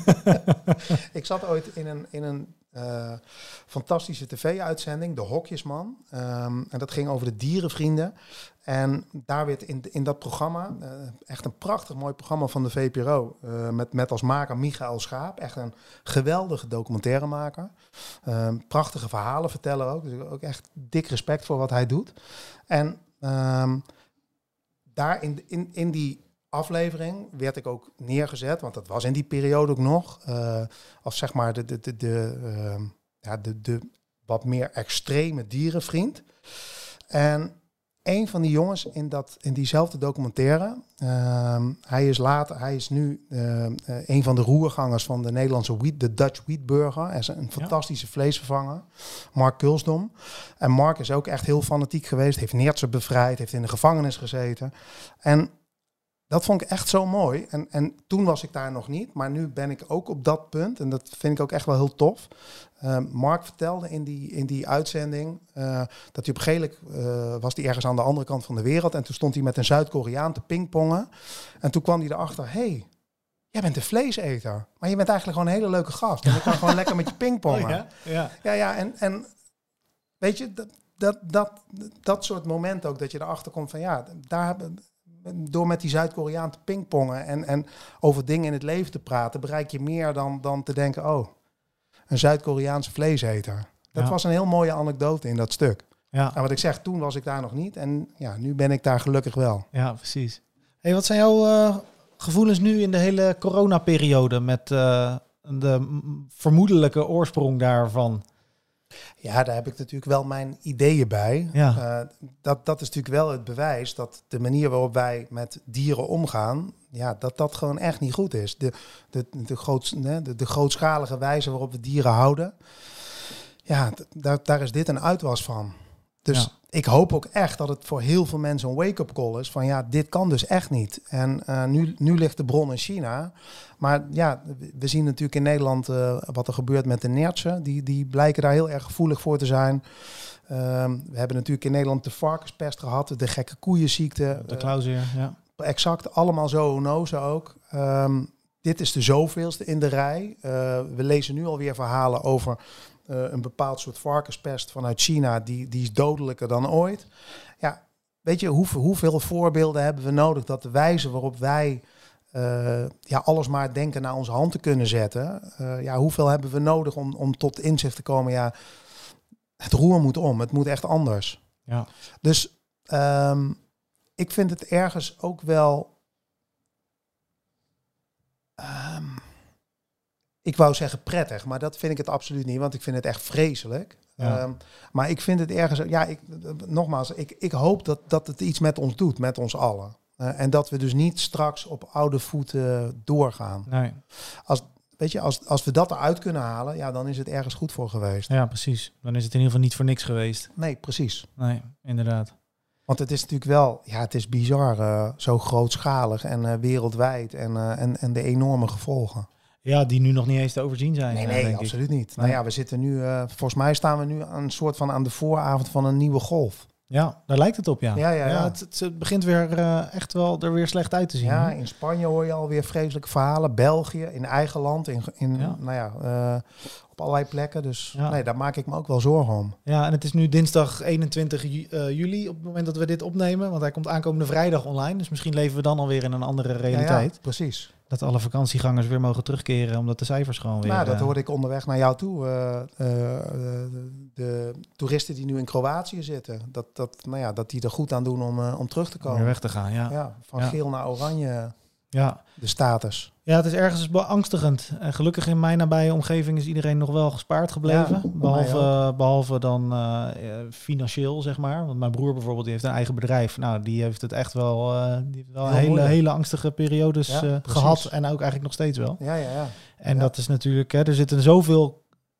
Ik zat ooit in een, in een Uh, fantastische tv-uitzending, De Hokjesman. Um, en dat ging over de dierenvrienden. En daar werd in, in dat programma, uh, echt een prachtig mooi programma van de V P R O. Uh, met, met als maker Michael Schaap. Echt een geweldige documentairemaker. Uh, prachtige verhalen vertellen ook. Dus ook echt dik respect voor wat hij doet. En um, daar in, in, in die aflevering werd ik ook neergezet, want dat was in die periode ook nog, uh, als zeg maar de, de, de, de, uh, ja, de, de wat meer extreme dierenvriend. En een van die jongens in, dat, in diezelfde documentaire, uh, hij is later, hij is nu uh, uh, een van de roergangers van de Nederlandse wheat, de Dutch Wheat Burger. Hij is een fantastische ja. vleesvervanger, Mark Kulsdom. En Mark is ook echt heel fanatiek geweest, heeft Neertse bevrijd, heeft in de gevangenis gezeten. En dat vond ik echt zo mooi. En, en toen was ik daar nog niet. Maar nu ben ik ook op dat punt. En dat vind ik ook echt wel heel tof. Uh, Mark vertelde in die, in die uitzending Uh, dat hij op een gegeven moment uh, was hij ergens aan de andere kant van de wereld. En toen stond hij met een Zuid-Koreaan te pingpongen. En toen kwam hij erachter. Hé, hey, jij bent een vleeseter. Maar je bent eigenlijk gewoon een hele leuke gast. En je kan gewoon lekker met je pingpongen.
Oh, ja? Ja,
ja, ja en, en weet je, dat, dat, dat, dat soort momenten ook. Dat je erachter komt van ja, daar hebben... Door met die Zuid-Koreaan te pingpongen en, en over dingen in het leven te praten, bereik je meer dan, dan te denken, oh, een Zuid-Koreaanse vleeseter. Dat ja. was een heel mooie anekdote in dat stuk.
Ja.
En wat ik zeg, toen was ik daar nog niet en ja, nu ben ik daar gelukkig wel.
Ja, precies. Hey, wat zijn jouw uh, gevoelens nu in de hele coronaperiode met uh, de m- vermoedelijke oorsprong daarvan?
Ja, daar heb ik natuurlijk wel mijn ideeën bij.
Ja.
Uh, dat, dat is natuurlijk wel het bewijs dat de manier waarop wij met dieren omgaan, ja, dat dat gewoon echt niet goed is. De, de, de, groots, de, de grootschalige wijze waarop we dieren houden, ja, d- daar, daar is dit een uitwas van. Dus
Ja.
ik hoop ook echt dat het voor heel veel mensen een wake-up call is van ja, dit kan dus echt niet. En uh, nu, nu ligt de bron in China. Maar ja, we zien natuurlijk in Nederland uh, wat er gebeurt met de nertsen. Die, die blijken daar heel erg gevoelig voor te zijn. Um, we hebben natuurlijk in Nederland de varkenspest gehad, de gekke koeienziekte.
De klauwzeer, ja.
Uh, exact, allemaal zoonosen ook. Um, dit is de zoveelste in de rij. Uh, we lezen nu alweer verhalen over uh, een bepaald soort varkenspest vanuit China. Die, die is dodelijker dan ooit. Ja, weet je, hoe, hoeveel voorbeelden hebben we nodig dat de wijze waarop wij uh, ja, alles maar denken naar onze hand te kunnen zetten. Uh, ja, hoeveel hebben we nodig om, om tot inzicht te komen? Ja, het roer moet om. Het moet echt anders.
Ja.
Dus um, ik vind het ergens ook wel... Um, ik wou zeggen prettig, maar dat vind ik het absoluut niet, want ik vind het echt vreselijk.
Ja.
Um, maar ik vind het ergens... Ja, ik, nogmaals, ik, ik hoop dat, dat het iets met ons doet, met ons allen. Uh, en dat we dus niet straks op oude voeten doorgaan.
Nee.
Als, weet je, als, als we dat eruit kunnen halen, ja, dan is het ergens goed voor geweest.
Ja, precies. Dan is het in ieder geval niet voor niks geweest.
Nee, precies.
Nee, inderdaad.
Want het is natuurlijk wel, ja, het is bizar, uh, zo grootschalig en uh, wereldwijd en, uh, en, en de enorme gevolgen.
Ja, die nu nog niet eens te overzien zijn.
Nee,
uh,
nee,
denk
absoluut
ik.
niet.
Nee.
Nou ja, we zitten nu, uh, volgens mij staan we nu aan een soort van aan de vooravond van een nieuwe golf.
Ja, daar lijkt het op, ja.
Ja, ja, ja.
ja het, het, het begint weer uh, echt wel er weer slecht uit te zien.
Ja,
hè?
in Spanje hoor je alweer vreselijke verhalen. België, in eigen land, in, in
Ja.
nou ja, uh, op allerlei plekken. Dus
Ja.
nee, daar maak ik me ook wel zorgen om.
Ja, en het is nu dinsdag eenentwintig juli op het moment dat we dit opnemen. Want hij komt aankomende vrijdag online. Dus misschien leven we dan alweer in een andere realiteit.
Ja, ja, precies.
Dat alle vakantiegangers weer mogen terugkeren omdat de cijfers gewoon weer...
Nou, dat
uh,
hoorde ik onderweg naar jou toe. Uh, uh, de, de toeristen die nu in Kroatië zitten, dat, dat, nou ja, dat die er goed aan doen om, uh, om terug te komen.
weer weg te gaan, ja.
Ja, van
Ja.
geel naar oranje,
Ja.
de status.
Ja, het is ergens beangstigend. En gelukkig in mijn nabije omgeving is iedereen nog wel gespaard gebleven.
Ja,
behalve, behalve dan uh, financieel, zeg maar. Want mijn broer bijvoorbeeld, die heeft een eigen bedrijf. Nou, die heeft het echt wel, uh, die heeft wel
Heel
hele,
moeilijk.
hele angstige periodes
Ja,
uh,
precies.
gehad. En ook eigenlijk nog steeds wel.
Ja, ja, ja.
En
Ja.
dat is natuurlijk, hè, er zitten zoveel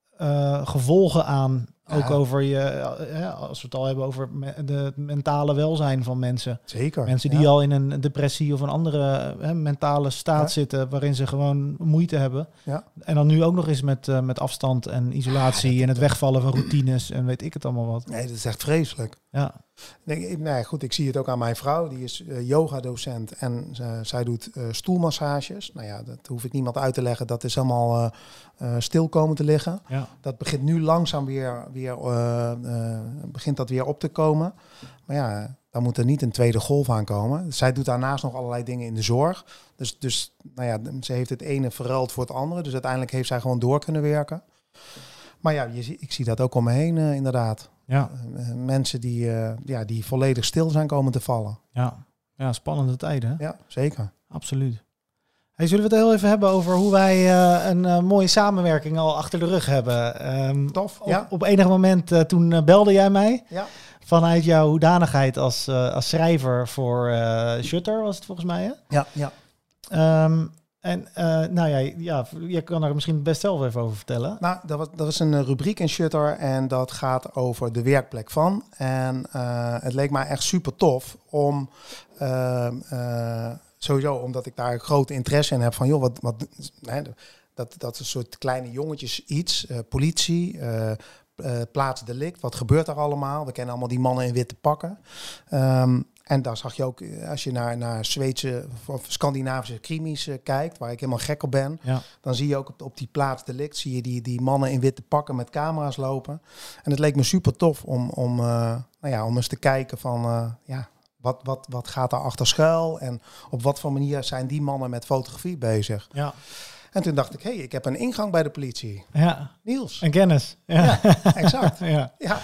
uh, gevolgen aan.
Ja.
Ook over je, uh, als we het al hebben over me- de, het mentale welzijn van mensen.
Zeker.
Mensen die
ja.
al in een depressie of een andere hè, mentale staat
Ja.
zitten waarin ze gewoon moeite hebben.
Ja.
En dan nu ook nog eens met, uh, met afstand en isolatie
Ja, dat-
en het wegvallen van routines en weet ik het allemaal wat.
Nee, dat is echt vreselijk.
Ja,
Nee, ik- nee, goed, ik zie het ook aan mijn vrouw. Die is uh, yogadocent en uh, zij doet uh, stoelmassages. Nou ja, dat hoef ik niemand uit te leggen. Dat is allemaal uh, uh, stil komen te liggen.
ja,
Dat begint nu langzaam weer, weer uh, uh, begint dat weer op te komen. Maar ja, dan moet er niet een tweede golf aankomen. Zij doet daarnaast nog allerlei dingen in de zorg. Dus, dus nou ja, ze heeft het ene verruild voor het andere. Dus uiteindelijk heeft zij gewoon door kunnen werken. Maar ja, je, zie- ik zie dat ook om me heen uh, inderdaad.
ja,
Uh, mensen die, uh, ja, die volledig stil zijn komen te vallen.
ja. Ja, spannende tijden, hè?
Ja, zeker.
Absoluut. Hey, zullen we het heel even hebben over hoe wij uh, een uh, mooie samenwerking al achter de rug hebben? Um,
Tof,
op,
ja.
op enig moment uh, toen uh, belde jij mij.
Ja.
Vanuit jouw hoedanigheid als, uh, als schrijver voor uh, Shutter was het volgens mij, hè?
Ja, ja.
Um, en uh, nou ja, ja, je kan er misschien best zelf even over vertellen.
Nou, dat was, dat was een uh, rubriek in Shutter en dat gaat over de werkplek van. En uh, het leek mij echt super tof om, uh, uh, sowieso omdat ik daar grote interesse in heb van, joh, wat, wat nee, dat, dat is een soort kleine jongetjes iets, uh, politie, uh, uh, plaatsdelict, wat gebeurt er allemaal? We kennen allemaal die mannen in witte pakken. Um, En daar zag je ook, als je naar, naar Zweedse of Scandinavische krimis uh, kijkt, waar ik helemaal gek op ben,
Ja.
dan zie je ook op, op die plaatsdelict, zie je die, die mannen in witte pakken met camera's lopen. En het leek me super tof om, om, uh, nou ja, om eens te kijken van, uh, ja, wat, wat, wat gaat daar achter schuil en op wat voor manier zijn die mannen met fotografie bezig.
Ja.
En toen dacht ik, hé, hey, ik heb een ingang bij de politie.
Ja.
Niels.
En kennis. Ja,
Ja, exact.
ja.
Ja.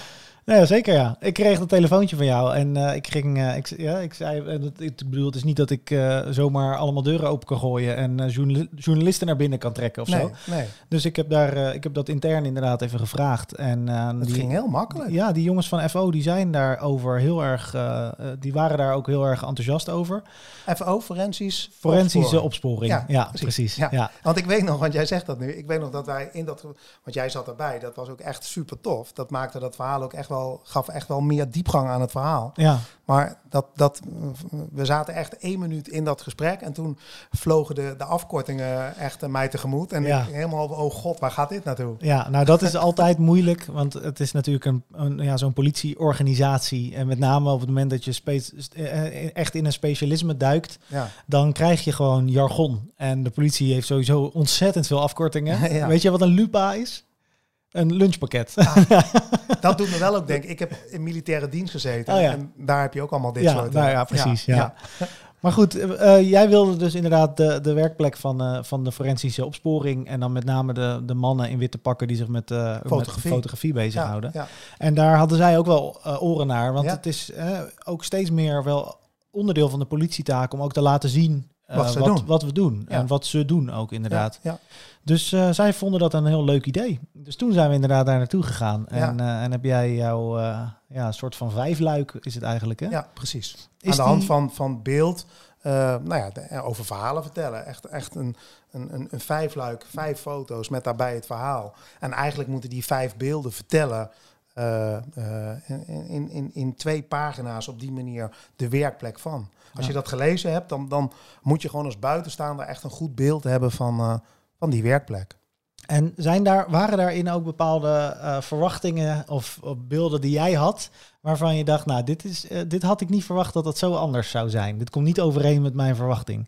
Nou ja, zeker ja. Ik kreeg een telefoontje van jou en uh, ik ging, uh, ik, ja, ik zei, uh, dat, ik bedoel, het is niet dat ik uh, zomaar allemaal deuren open kan gooien en uh, journal- journalisten naar binnen kan trekken of
nee,
zo.
Nee.
Dus ik heb daar, uh, ik heb dat intern inderdaad even gevraagd. En uh,
het
die,
ging heel makkelijk.
Ja, die jongens van F O, die zijn daarover heel erg, uh, uh, die waren daar ook heel erg enthousiast over.
F O, forensisch
Forensische opsporing. Ja, ja, precies. precies.
Ja.
Ja.
Want ik weet nog, want jij zegt dat nu, ik weet nog dat wij in dat, want jij zat erbij, dat was ook echt super tof. Dat maakte dat verhaal ook echt wel, gaf echt wel meer diepgang aan het verhaal.
Ja.
Maar dat, dat, we zaten echt één minuut in dat gesprek en toen vlogen de, de afkortingen echt mij tegemoet. En
ja.
ik helemaal, oh god, waar gaat dit naartoe?
Ja, nou dat is altijd moeilijk, want het is natuurlijk een, een ja, zo'n politieorganisatie. En met name op het moment dat je spe- echt in een specialisme duikt,
ja.
dan krijg je gewoon jargon. En de politie heeft sowieso ontzettend veel afkortingen. Ja. Weet je wat een L U P A is? Een lunchpakket.
Ah, dat doet me wel ook denken. Ik heb in militaire dienst gezeten.
Oh ja.
En daar heb je ook allemaal dit
ja,
soort...
Nou ja, precies. Ja. Ja. Ja. Maar goed, uh, jij wilde dus inderdaad de, de werkplek van, uh, van de forensische opsporing. En dan met name de, de mannen in witte pakken die zich met, uh,
fotografie.
met fotografie bezighouden.
Ja, ja.
En daar hadden zij ook wel uh, oren naar. Want
ja.
het is uh, ook steeds meer wel onderdeel van de politietaak om ook te laten zien Uh,
wat,
wat, wat we doen.
Ja.
En wat ze doen ook inderdaad.
Ja, ja.
Dus uh, zij vonden dat een heel leuk idee. Dus toen zijn we inderdaad daar naartoe gegaan. Ja. En, uh, en heb jij jouw uh, ja, soort van vijfluik is het eigenlijk, hè?
Ja, precies.
Is
Aan de hand
die...
van, van beeld, uh, nou ja, de, over verhalen vertellen. Echt, echt een, een, een, een vijfluik, vijf foto's met daarbij het verhaal. En eigenlijk moeten die vijf beelden vertellen... Uh, uh, in, in, in twee pagina's op die manier de werkplek van. Als ja. je dat gelezen hebt, dan, dan moet je gewoon als buitenstaander echt een goed beeld hebben van, uh, van die werkplek.
En zijn daar, waren daarin ook bepaalde uh, verwachtingen of, of beelden die jij had, waarvan je dacht, nou, dit, is, uh, dit had ik niet verwacht dat het zo anders zou zijn. Dit komt niet overeen met mijn verwachting.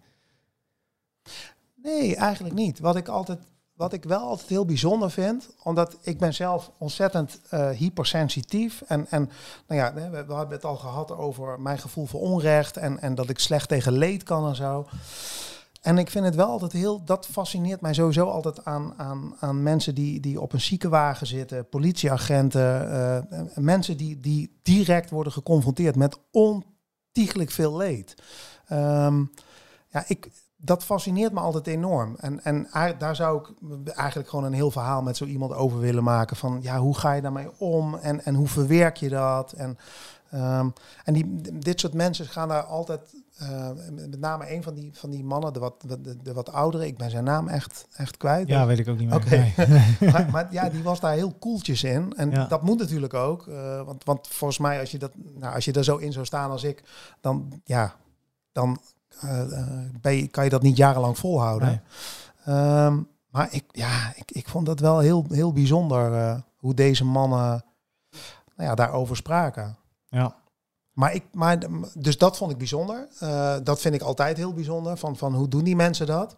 Nee, eigenlijk niet. Wat ik altijd... Wat ik wel altijd heel bijzonder vind, omdat ik ben zelf ontzettend uh, hypersensitief. En, en nou ja, we, we hebben het al gehad over mijn gevoel voor onrecht en, en dat ik slecht tegen leed kan en zo. En ik vind het wel altijd heel, dat fascineert mij sowieso altijd aan, aan, aan mensen die, die op een ziekenwagen zitten, politieagenten, uh, mensen die, die direct worden geconfronteerd met ontiegelijk veel leed. Um, ja, ik... Dat fascineert me altijd enorm. En, en daar zou ik eigenlijk gewoon een heel verhaal met zo iemand over willen maken. Van ja, hoe ga je daarmee om? En, en hoe verwerk je dat? En, um, en die, dit soort mensen gaan daar altijd... Uh, met name een van die, van die mannen, de wat, de, de wat oudere. Ik ben zijn naam echt, echt kwijt.
Ja, weet ik ook niet meer.
Okay.
Nee.
maar, maar ja, die was daar heel koeltjes in. En ja. dat moet natuurlijk ook. Uh, want, want volgens mij, als je, dat, nou, als je er zo in zou staan als ik... dan ja, dan... Uh, uh, ben je, kan je dat niet jarenlang volhouden. Nee. Um, maar ik, ja, ik, ik vond dat wel heel, heel bijzonder uh, hoe deze mannen nou ja, daarover spraken.
Ja.
Maar ik, maar, dus dat vond ik bijzonder. Uh, dat vind ik altijd heel bijzonder. Van, van hoe doen die mensen dat?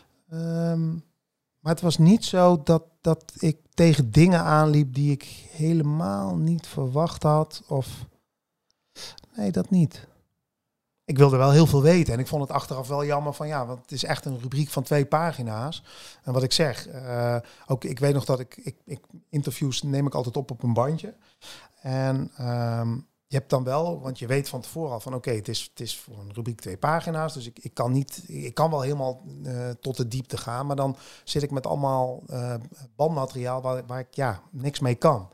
Um, maar het was niet zo dat, dat ik tegen dingen aanliep die ik helemaal niet verwacht had. Of nee, dat niet. Ik wilde wel heel veel weten en ik vond het achteraf wel jammer van ja, want het is echt een rubriek van twee pagina's. En wat ik zeg, uh, ook ik weet nog dat ik, ik, ik interviews neem ik altijd op op een bandje. En um, je hebt dan wel, want je weet van tevoren al van oké, okay, het is het is voor een rubriek twee pagina's, dus ik, ik kan niet, ik kan wel helemaal uh, tot de diepte gaan, maar dan zit ik met allemaal uh, bandmateriaal waar, waar ik ja niks mee kan.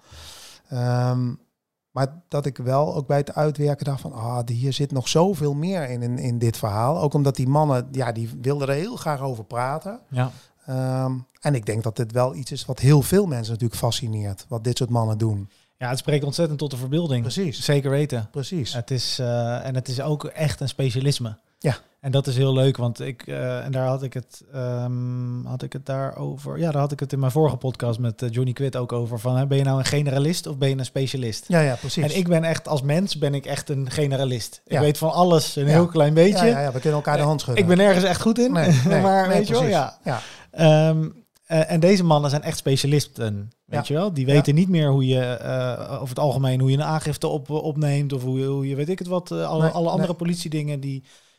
Um, Maar dat ik wel ook bij het uitwerken dacht van... ah, hier zit nog zoveel meer in, in, in dit verhaal. Ook omdat die mannen, ja, die wilden er heel graag over praten.
Ja.
Um, en ik denk dat dit wel iets is wat heel veel mensen natuurlijk fascineert. Wat dit soort mannen doen.
Ja, het spreekt ontzettend tot de verbeelding.
Precies.
Zeker weten.
Precies.
Het is, uh, en het is ook echt een specialisme.
Ja.
En dat is heel leuk, want ik uh, en daar had ik het, um, had ik het daarover. Ja, daar had ik het in mijn vorige podcast met uh, Johnny Quid ook over. Van, hè, ben je nou een generalist of ben je een specialist?
Ja, ja, precies.
En ik ben echt als mens ben ik echt een generalist.
Ja.
Ik weet van alles een
ja.
heel klein beetje.
Ja, ja, ja, we kunnen elkaar de hand schudden.
Ik ben nergens echt goed in,
nee, nee,
maar
nee,
weet je wel, ja.
ja.
Um, uh, en deze mannen zijn echt specialisten, weet
ja.
je wel. Die weten
ja.
niet meer hoe je, uh, over het algemeen, hoe je een aangifte op, opneemt of hoe je, hoe je weet ik het wat, uh, alle,
nee,
alle andere
nee.
politiedingen die...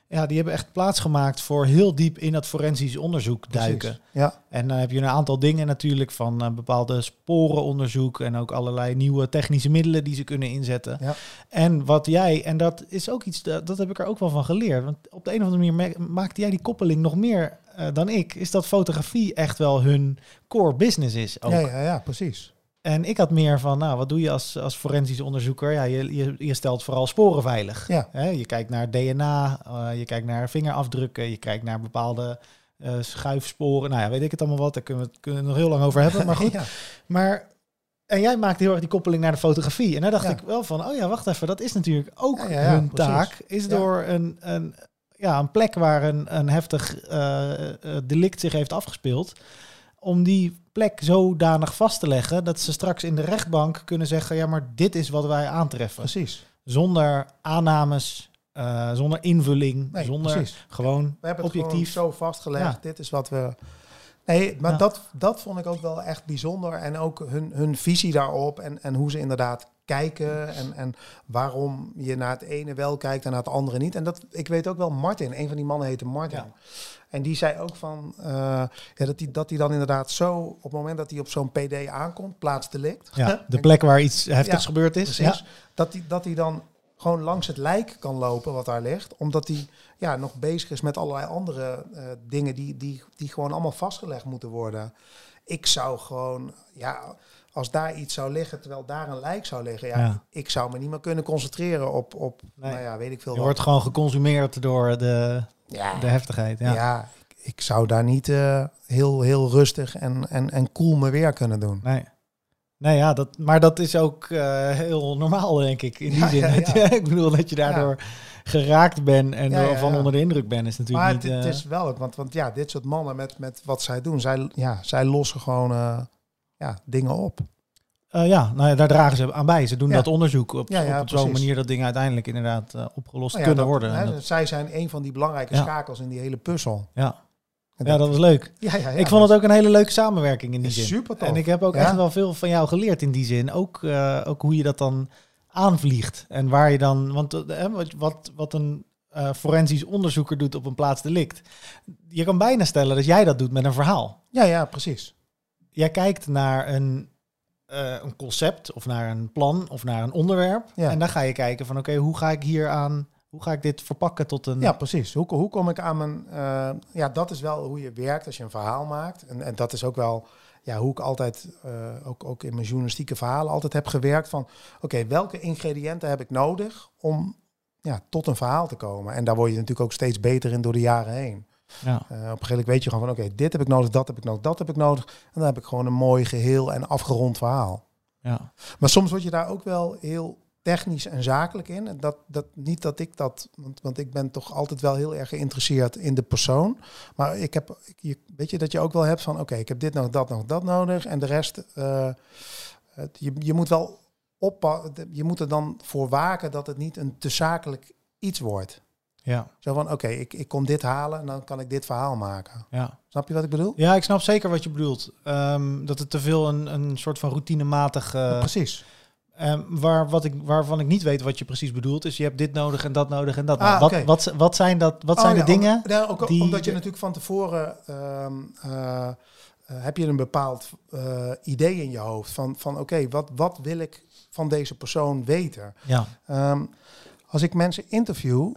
Ja, die hebben echt plaatsgemaakt voor heel diep in dat forensisch onderzoek duiken.
Precies, ja.
En dan heb je een aantal dingen natuurlijk van uh, bepaalde sporenonderzoek en ook allerlei nieuwe technische middelen die ze kunnen inzetten.
Ja.
En wat jij, en dat is ook iets, dat, dat heb ik er ook wel van geleerd. Want op de een of andere manier ma- maakte jij die koppeling nog meer uh, dan ik. Is dat fotografie echt wel hun core business is ook.
Ja, ja, ja, precies.
En ik had meer van, nou, wat doe je als, als forensisch onderzoeker? Ja, je, je, je stelt vooral sporen veilig.
Ja.
Hè? Je kijkt naar D N A, uh, je kijkt naar vingerafdrukken, je kijkt naar bepaalde uh, schuifsporen. Nou ja, weet ik het allemaal wat, daar kunnen we het, kunnen we het nog heel lang over hebben. Maar goed,
Ja.
maar... En jij maakt heel erg die koppeling naar de fotografie. En daar dacht
Ja.
ik wel van, oh ja, wacht even, dat is natuurlijk ook
Ja, ja, ja,
hun
precies.
taak. Is
Ja.
door een, een, ja, een plek waar een, een heftig uh, uh, delict zich heeft afgespeeld, om die plek zodanig vast te leggen dat ze straks in de rechtbank kunnen zeggen, ja, maar dit is wat wij aantreffen.
Precies.
Zonder aannames, uh, zonder invulling,
Nee,
zonder
precies.
gewoon
We hebben het
objectief.
gewoon zo vastgelegd.
Ja.
Dit is wat we... Nee, maar
Ja.
dat, dat vond ik ook wel echt bijzonder. En ook hun, hun visie daarop. En, en hoe ze inderdaad kijken. En, en waarom je naar het ene wel kijkt en naar het andere niet. En dat, ik weet ook wel, Martin, een van die mannen heette Martin.
Ja.
En die zei ook van... Uh, ja, dat hij dat die dan inderdaad zo... Op het moment dat hij op zo'n P D aankomt, plaatsdelict.
Ja, de plek waar iets heftigs
Ja,
gebeurd is.
Precies.
Ja.
Dat hij dat hij dan gewoon langs het lijk kan lopen wat daar ligt. Omdat hij ja, nog bezig is met allerlei andere uh, dingen die, die, die gewoon allemaal vastgelegd moeten worden. Ik zou gewoon, ja, als daar iets zou liggen, terwijl daar een lijk zou liggen. Ja,
Ja.
ik zou me niet meer kunnen concentreren op, op
Nee.
nou ja, weet ik veel
Je
wat.
wordt gewoon geconsumeerd door de,
Ja,
de heftigheid. Ja.
ja ik, ik zou daar niet uh, heel, heel rustig en, en, en cool mijn weer kunnen doen.
Nee. Nee, ja, dat, maar dat is ook uh, heel normaal, denk ik. In die
Ja,
zin.
ja,
Dat
ja.
je- ik bedoel, dat je daardoor geraakt bent en
Ja,
door,
ja,
van
ja.
onder de indruk bent, is natuurlijk
Maar
niet...
het, het
uh,
is wel ook, want, want ja, dit soort mannen met, met wat zij doen, zij, ja, zij lossen gewoon uh, ja, dingen op.
uh, ja, nou ja, daar dragen ze aan bij. Ze doen
Ja.
dat onderzoek op,
Ja, ja,
op zo'n
precies.
manier dat dingen uiteindelijk inderdaad uh, opgelost
Nou ja,
kunnen
dat-
worden.
hè,
En dat-
Zij zijn een van die belangrijke
Ja.
schakels in die hele puzzel.
ja.
En
ja, dat was leuk.
ja, ja, ja,
ik vond het ook een hele leuke samenwerking in die
is
zin.
super tof.
En ik heb ook
Ja.
echt wel veel van jou geleerd in die zin. Ook, uh, ook hoe je dat dan aanvliegt. En waar je dan... Want uh, wat, wat, wat een uh, forensisch onderzoeker doet op een plaatsdelict. Je kan bijna stellen dat jij dat doet met een verhaal.
Ja, ja, precies.
Jij kijkt naar een, uh, een concept of naar een plan of naar een onderwerp.
Ja.
En dan ga je kijken van oké, okay, hoe ga ik hier aan... Hoe ga ik dit verpakken tot een...
Ja, precies. Hoe, hoe kom ik aan mijn... Uh, ja, dat is wel hoe je werkt als je een verhaal maakt. En, en dat is ook wel ja, hoe ik altijd, uh, ook, ook in mijn journalistieke verhalen altijd heb gewerkt van... Oké, okay, welke ingrediënten heb ik nodig om ja, tot een verhaal te komen? En daar word je natuurlijk ook steeds beter in door de jaren heen.
Ja.
Uh, op een gegeven moment weet je gewoon van... Oké, okay, dit heb ik nodig, dat heb ik nodig, dat heb ik nodig. En dan heb ik gewoon een mooi geheel en afgerond verhaal.
Ja.
Maar soms word je daar ook wel heel... technisch en zakelijk in. En dat, dat niet dat ik dat, want, want ik ben toch altijd wel heel erg geïnteresseerd in de persoon. Maar ik heb, je, weet je, dat je ook wel hebt van, oké, okay, ik heb dit nog, dat nog, dat nodig. En de rest, uh, het, je, je moet wel oppassen, je moet er dan voor waken dat het niet een te zakelijk iets wordt.
Ja.
Zo van, oké, okay, ik, ik kom dit halen en dan kan ik dit verhaal maken.
Ja.
Snap je wat ik bedoel?
Ja, ik snap zeker wat je bedoelt. Um, dat het te veel een, een soort van routinematig... Uh,
ja, precies.
Um, waar, wat ik, waarvan ik niet weet wat je precies bedoelt, is je hebt dit nodig en dat nodig en dat.
Ah,
wat,
okay.
wat, wat zijn, dat, wat
oh,
zijn
ja,
de dingen?
Om, ja, ook,
die
omdat je
de,
natuurlijk van tevoren um, uh, uh, heb je een bepaald uh, idee in je hoofd van, van oké, okay, wat, wat wil ik van deze persoon weten?
Ja.
Um, als ik mensen interview,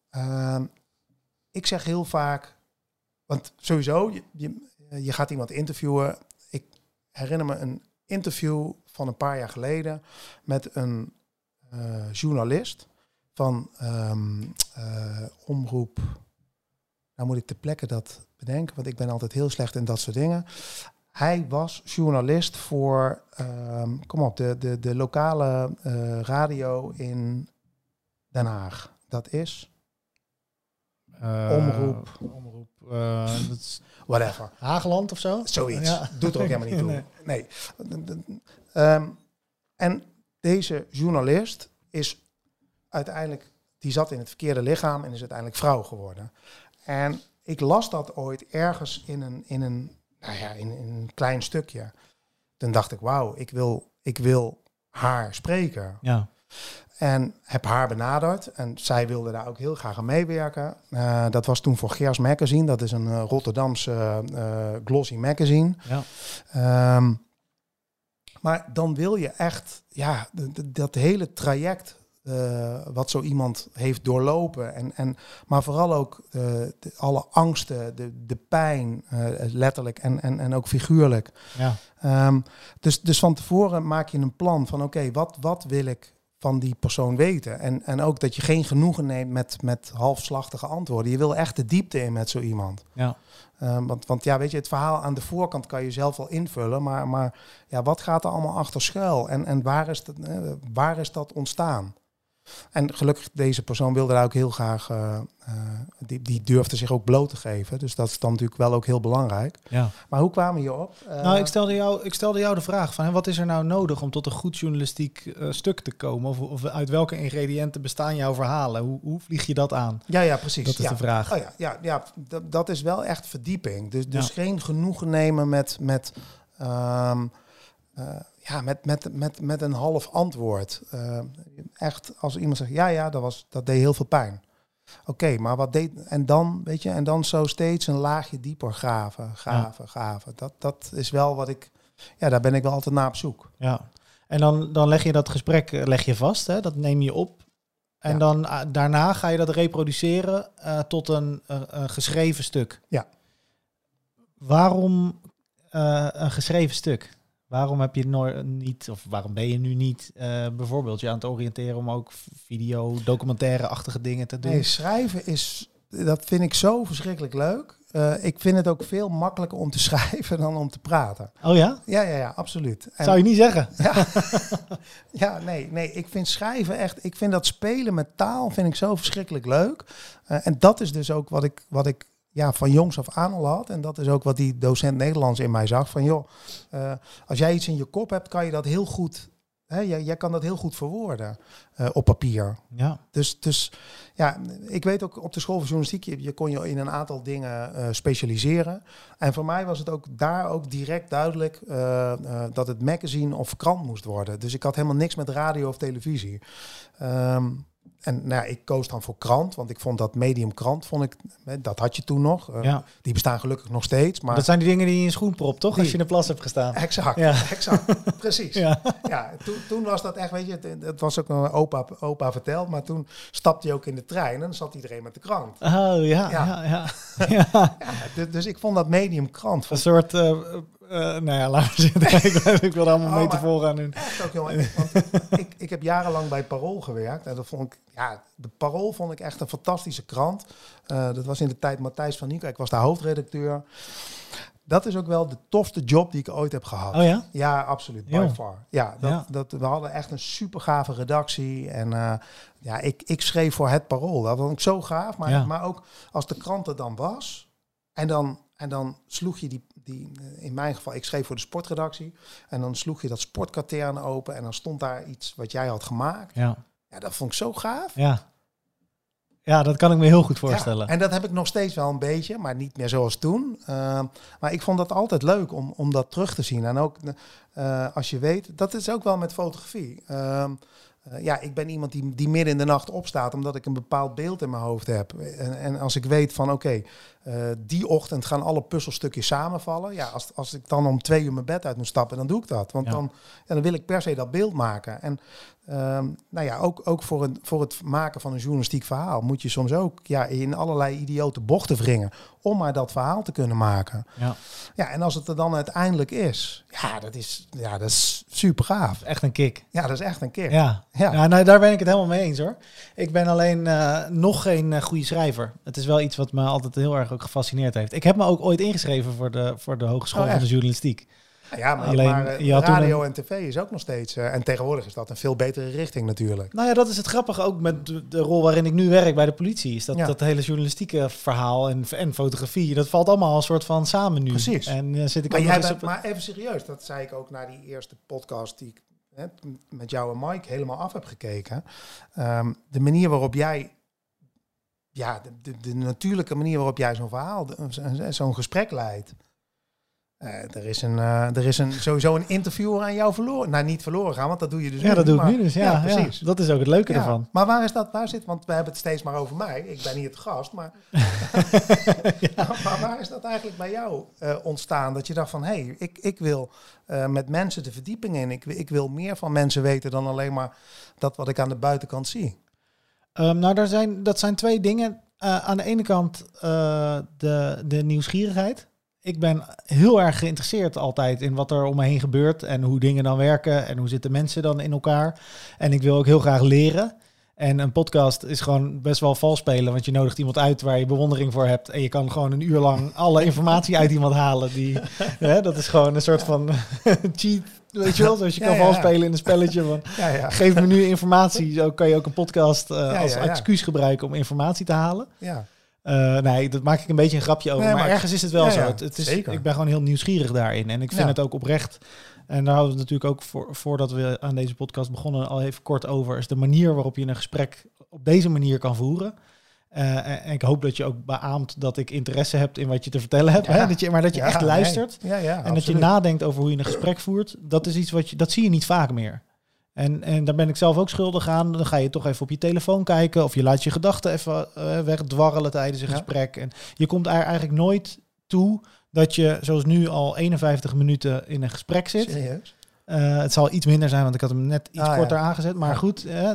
um, ik zeg heel vaak, want sowieso, je, je, je gaat iemand interviewen. Ik herinner me een interview van een paar jaar geleden met een uh, journalist van um, uh, omroep. Nou moet ik ter plekke dat bedenken, want ik ben altijd heel slecht in dat soort dingen. Hij was journalist voor, um, kom op, de, de, de lokale uh, radio in Den Haag. Dat is
uh,
omroep.
Omroep. Uh, dat is
whatever.
Hageland of zo?
Zoiets.
Ja.
Doet er ook helemaal niet toe. Nee. nee. Um, en deze journalist is uiteindelijk, die zat in het verkeerde lichaam en is uiteindelijk vrouw geworden. En ik las dat ooit ergens in een, in een, nou ja, in, in een klein stukje. Toen dacht ik, wauw, ik wil, ik wil haar spreken.
Ja.
En heb haar benaderd. En zij wilde daar ook heel graag aan meewerken. Uh, dat was toen voor Gers Magazine. Dat is een uh, Rotterdamse uh, glossy magazine.
Ja.
Um, maar dan wil je echt ja, d- d- dat hele traject uh, wat zo iemand heeft doorlopen. En, en, maar vooral ook uh, de, alle angsten, de, de pijn, uh, letterlijk en, en, en ook figuurlijk.
Ja.
Um, dus, dus van tevoren maak je een plan van oké, okay, wat, wat wil ik van die persoon weten? En, en ook dat je geen genoegen neemt met, met halfslachtige antwoorden. Je wil echt de diepte in met zo iemand.
Ja.
Um, want, want ja, weet je, het verhaal aan de voorkant kan je zelf wel invullen, maar, maar ja, wat gaat er allemaal achter schuil? En, en waar, is dat, uh, waar is dat ontstaan? En gelukkig, deze persoon wilde daar ook heel graag, uh, uh, die, die durfde zich ook bloot te geven. Dus dat is dan natuurlijk wel ook heel belangrijk.
Ja.
Maar hoe kwamen we hierop? Uh,
nou, ik stelde, jou, ik stelde jou de vraag van, hè, wat is er nou nodig om tot een goed journalistiek uh, stuk te komen? Of, of uit welke ingrediënten bestaan jouw verhalen? Hoe, hoe vlieg je dat aan?
Ja, ja, precies.
Dat is
ja.
de vraag.
Oh, ja, ja, ja d- dat is wel echt verdieping. Dus, dus
Ja.
geen genoegen nemen met... met um, uh, Ja, met, met, met, met een half antwoord. Uh, echt, als iemand zegt, ja, ja, dat, was, dat deed heel veel pijn. Oké, okay, maar wat deed... En dan, weet je, en dan zo steeds een laagje dieper graven, graven, ja. graven. Dat, dat is wel wat ik... Ja, daar ben ik wel altijd naar op zoek.
Ja, en dan, dan leg je dat gesprek leg je vast, hè? Dat neem je op. En ja. dan uh, daarna ga je dat reproduceren uh, tot een, uh, een geschreven stuk.
Ja.
Waarom uh, een geschreven stuk? Waarom heb je nooit niet, of waarom ben je nu niet uh, bijvoorbeeld je aan het oriënteren om ook video, documentaire-achtige dingen te doen?
Nee, schrijven is, dat vind ik zo verschrikkelijk leuk. Uh, ik vind het ook veel makkelijker om te schrijven dan om te praten.
Oh ja?
Ja, ja, ja, absoluut. En,
zou je niet zeggen?
Ja, ja nee, nee, ik vind schrijven echt, ik vind dat spelen met taal vind ik zo verschrikkelijk leuk. Uh, en dat is dus ook wat ik, wat ik ja, van jongs af aan al had. En dat is ook wat die docent Nederlands in mij zag. Van joh, uh, als jij iets in je kop hebt, kan je dat heel goed... Hè, jij, jij kan dat heel goed verwoorden uh, op papier.
Ja.
Dus, dus ja, ik weet ook op de school van journalistiek, je, je kon je in een aantal dingen uh, specialiseren. En voor mij was het ook daar ook direct duidelijk uh, uh, dat het magazine of krant moest worden. Dus ik had helemaal niks met radio of televisie. Um, En nou ja, ik koos dan voor krant, want ik vond dat medium krant, vond ik, dat had je toen nog. Uh, ja. Die bestaan gelukkig nog steeds. Maar
dat zijn die dingen die je in je schoen propt, toch? Die, als je in de plas hebt gestaan.
Exact,
ja.
exact. Precies.
Ja.
Ja, toen, toen was dat echt, weet je, het, het was ook een opa, opa verteld, maar toen stapte je ook in de trein en dan zat iedereen met de krant.
Oh ja, ja, ja. ja. ja.
ja dus, dus ik vond dat medium krant.
Een soort... Uh, Uh, nou ja, laten we zitten. ik, ik wil er allemaal oh, metaforen aan doen.
Echt ook heel erg. Want ik, ik heb jarenlang bij Parool gewerkt. En dat vond ik, ja, de Parool vond ik echt een fantastische krant. Uh, dat was in de tijd Matthijs van Nieuwkerk. Ik was daar hoofdredacteur. Dat is ook wel de tofste job die ik ooit heb gehad.
Oh ja?
Ja, absoluut. By far. Ja, dat, ja. Dat, we hadden echt een super gave redactie. En uh, ja, ik, ik schreef voor het Parool. Dat vond ik zo gaaf. Maar, ja. maar ook als de krant er dan was. En dan, en dan sloeg je die... Die, in mijn geval, ik schreef voor de sportredactie. En dan sloeg je dat sportkatern open. En dan stond daar iets wat jij had gemaakt.
Ja,
ja dat vond ik zo gaaf.
Ja. Ja, dat kan ik me heel goed voorstellen.
Ja, en dat heb ik nog steeds wel een beetje, maar niet meer zoals toen. Uh, maar ik vond dat altijd leuk om, om dat terug te zien. En ook uh, als je weet, dat is ook wel met fotografie. Uh, Uh, ja, ik ben iemand die, die midden in de nacht opstaat omdat ik een bepaald beeld in mijn hoofd heb. En, en als ik weet van oké, okay, uh, die ochtend gaan alle puzzelstukjes samenvallen. Ja, als, als ik dan om twee uur mijn bed uit moet stappen, dan doe ik dat. Want ja. Dan, ja, dan wil ik per se dat beeld maken. En um, nou ja, ook, ook voor, een, voor het maken van een journalistiek verhaal moet je soms ook ja, in allerlei idiote bochten wringen om maar dat verhaal te kunnen maken.
Ja.
Ja, en als het er dan uiteindelijk is, ja, dat is, ja, dat is super gaaf.
Echt een kick.
Ja, dat is echt een kick.
Ja, ja. ja nou, daar ben ik het helemaal mee eens hoor. Ik ben alleen uh, nog geen uh, goede schrijver. Het is wel iets wat me altijd heel erg ook gefascineerd heeft. Ik heb me ook ooit ingeschreven voor de, voor de Hogeschool oh, van de Journalistiek.
Ja, maar, Alleen, maar uh, radio een... en tv is ook nog steeds... Uh, en tegenwoordig is dat een veel betere richting natuurlijk.
Nou ja, dat is het grappige ook met de, de rol waarin ik nu werk bij de politie. Is dat, ja. dat hele journalistieke verhaal en, en fotografie... dat valt allemaal een soort van samen nu.
Precies.
En uh, zit ik
maar,
ook
jij
nog
bent,
op...
maar even serieus, dat zei ik ook na die eerste podcast... die ik hè, met jou en Mike helemaal af heb gekeken. Um, de manier waarop jij... Ja, de, de, de natuurlijke manier waarop jij zo'n verhaal... zo'n gesprek leidt... Uh, er is, een, uh, er is een, sowieso een interviewer aan jou verloren. Nou, niet verloren gaan, want dat doe je dus
ja,
nu.
dat doe
maar,
ik nu dus. Ja, ja, precies. Ja, dat is ook het leuke
ja,
ervan.
Maar waar is dat? Waar zit? Want we hebben het steeds maar over mij. Ik ben hier het gast, maar, ja. maar waar is dat eigenlijk bij jou uh, ontstaan? Dat je dacht van, hé, hey, ik, ik wil uh, met mensen de verdieping in. Ik, ik wil meer van mensen weten dan alleen maar dat wat ik aan de buitenkant zie.
Um, nou, daar zijn, dat zijn twee dingen. Uh, aan de ene kant uh, de, de nieuwsgierigheid. Ik ben heel erg geïnteresseerd altijd in wat er om me heen gebeurt en hoe dingen dan werken en hoe zitten mensen dan in elkaar. En ik wil ook heel graag leren. En een podcast is gewoon best wel vals spelen, want je nodigt iemand uit waar je bewondering voor hebt en je kan gewoon een uur lang alle informatie uit iemand halen. Die, hè, dat is gewoon een soort van cheat, weet je wel, zoals je ja, kan vals spelen ja. in een spelletje van ja, ja. geef me nu informatie. Zo kan je ook een podcast uh, ja, als ja, ja. excuus gebruiken om informatie te halen. Ja. Uh, nee, dat maak ik een beetje een grapje over. Nee, maar, maar ergens is het wel ja, zo. Het, het is, ik ben gewoon heel nieuwsgierig daarin. En ik vind ja. het ook oprecht. En daar hadden we het natuurlijk ook voor, voordat we aan deze podcast begonnen al even kort over. Is de manier waarop je een gesprek op deze manier kan voeren. Uh, en, en ik hoop dat je ook beaamt dat ik interesse heb in wat je te vertellen hebt. Ja. Hè? Dat je, maar dat je ja, echt luistert. Nee. Ja, ja, en absoluut. Dat je nadenkt over hoe je een gesprek voert. Dat is iets wat je, dat zie je niet vaak meer. En, en daar ben ik zelf ook schuldig aan. Dan ga je toch even op je telefoon kijken. Of je laat je gedachten even uh, wegdwarrelen tijdens een ja. gesprek. En je komt er eigenlijk nooit toe dat je, zoals nu, al eenenvijftig minuten in een gesprek zit.
Serieus?
Uh, het zal iets minder zijn, want ik had hem net iets ah, korter ja. aangezet. Maar ja. goed. Uh,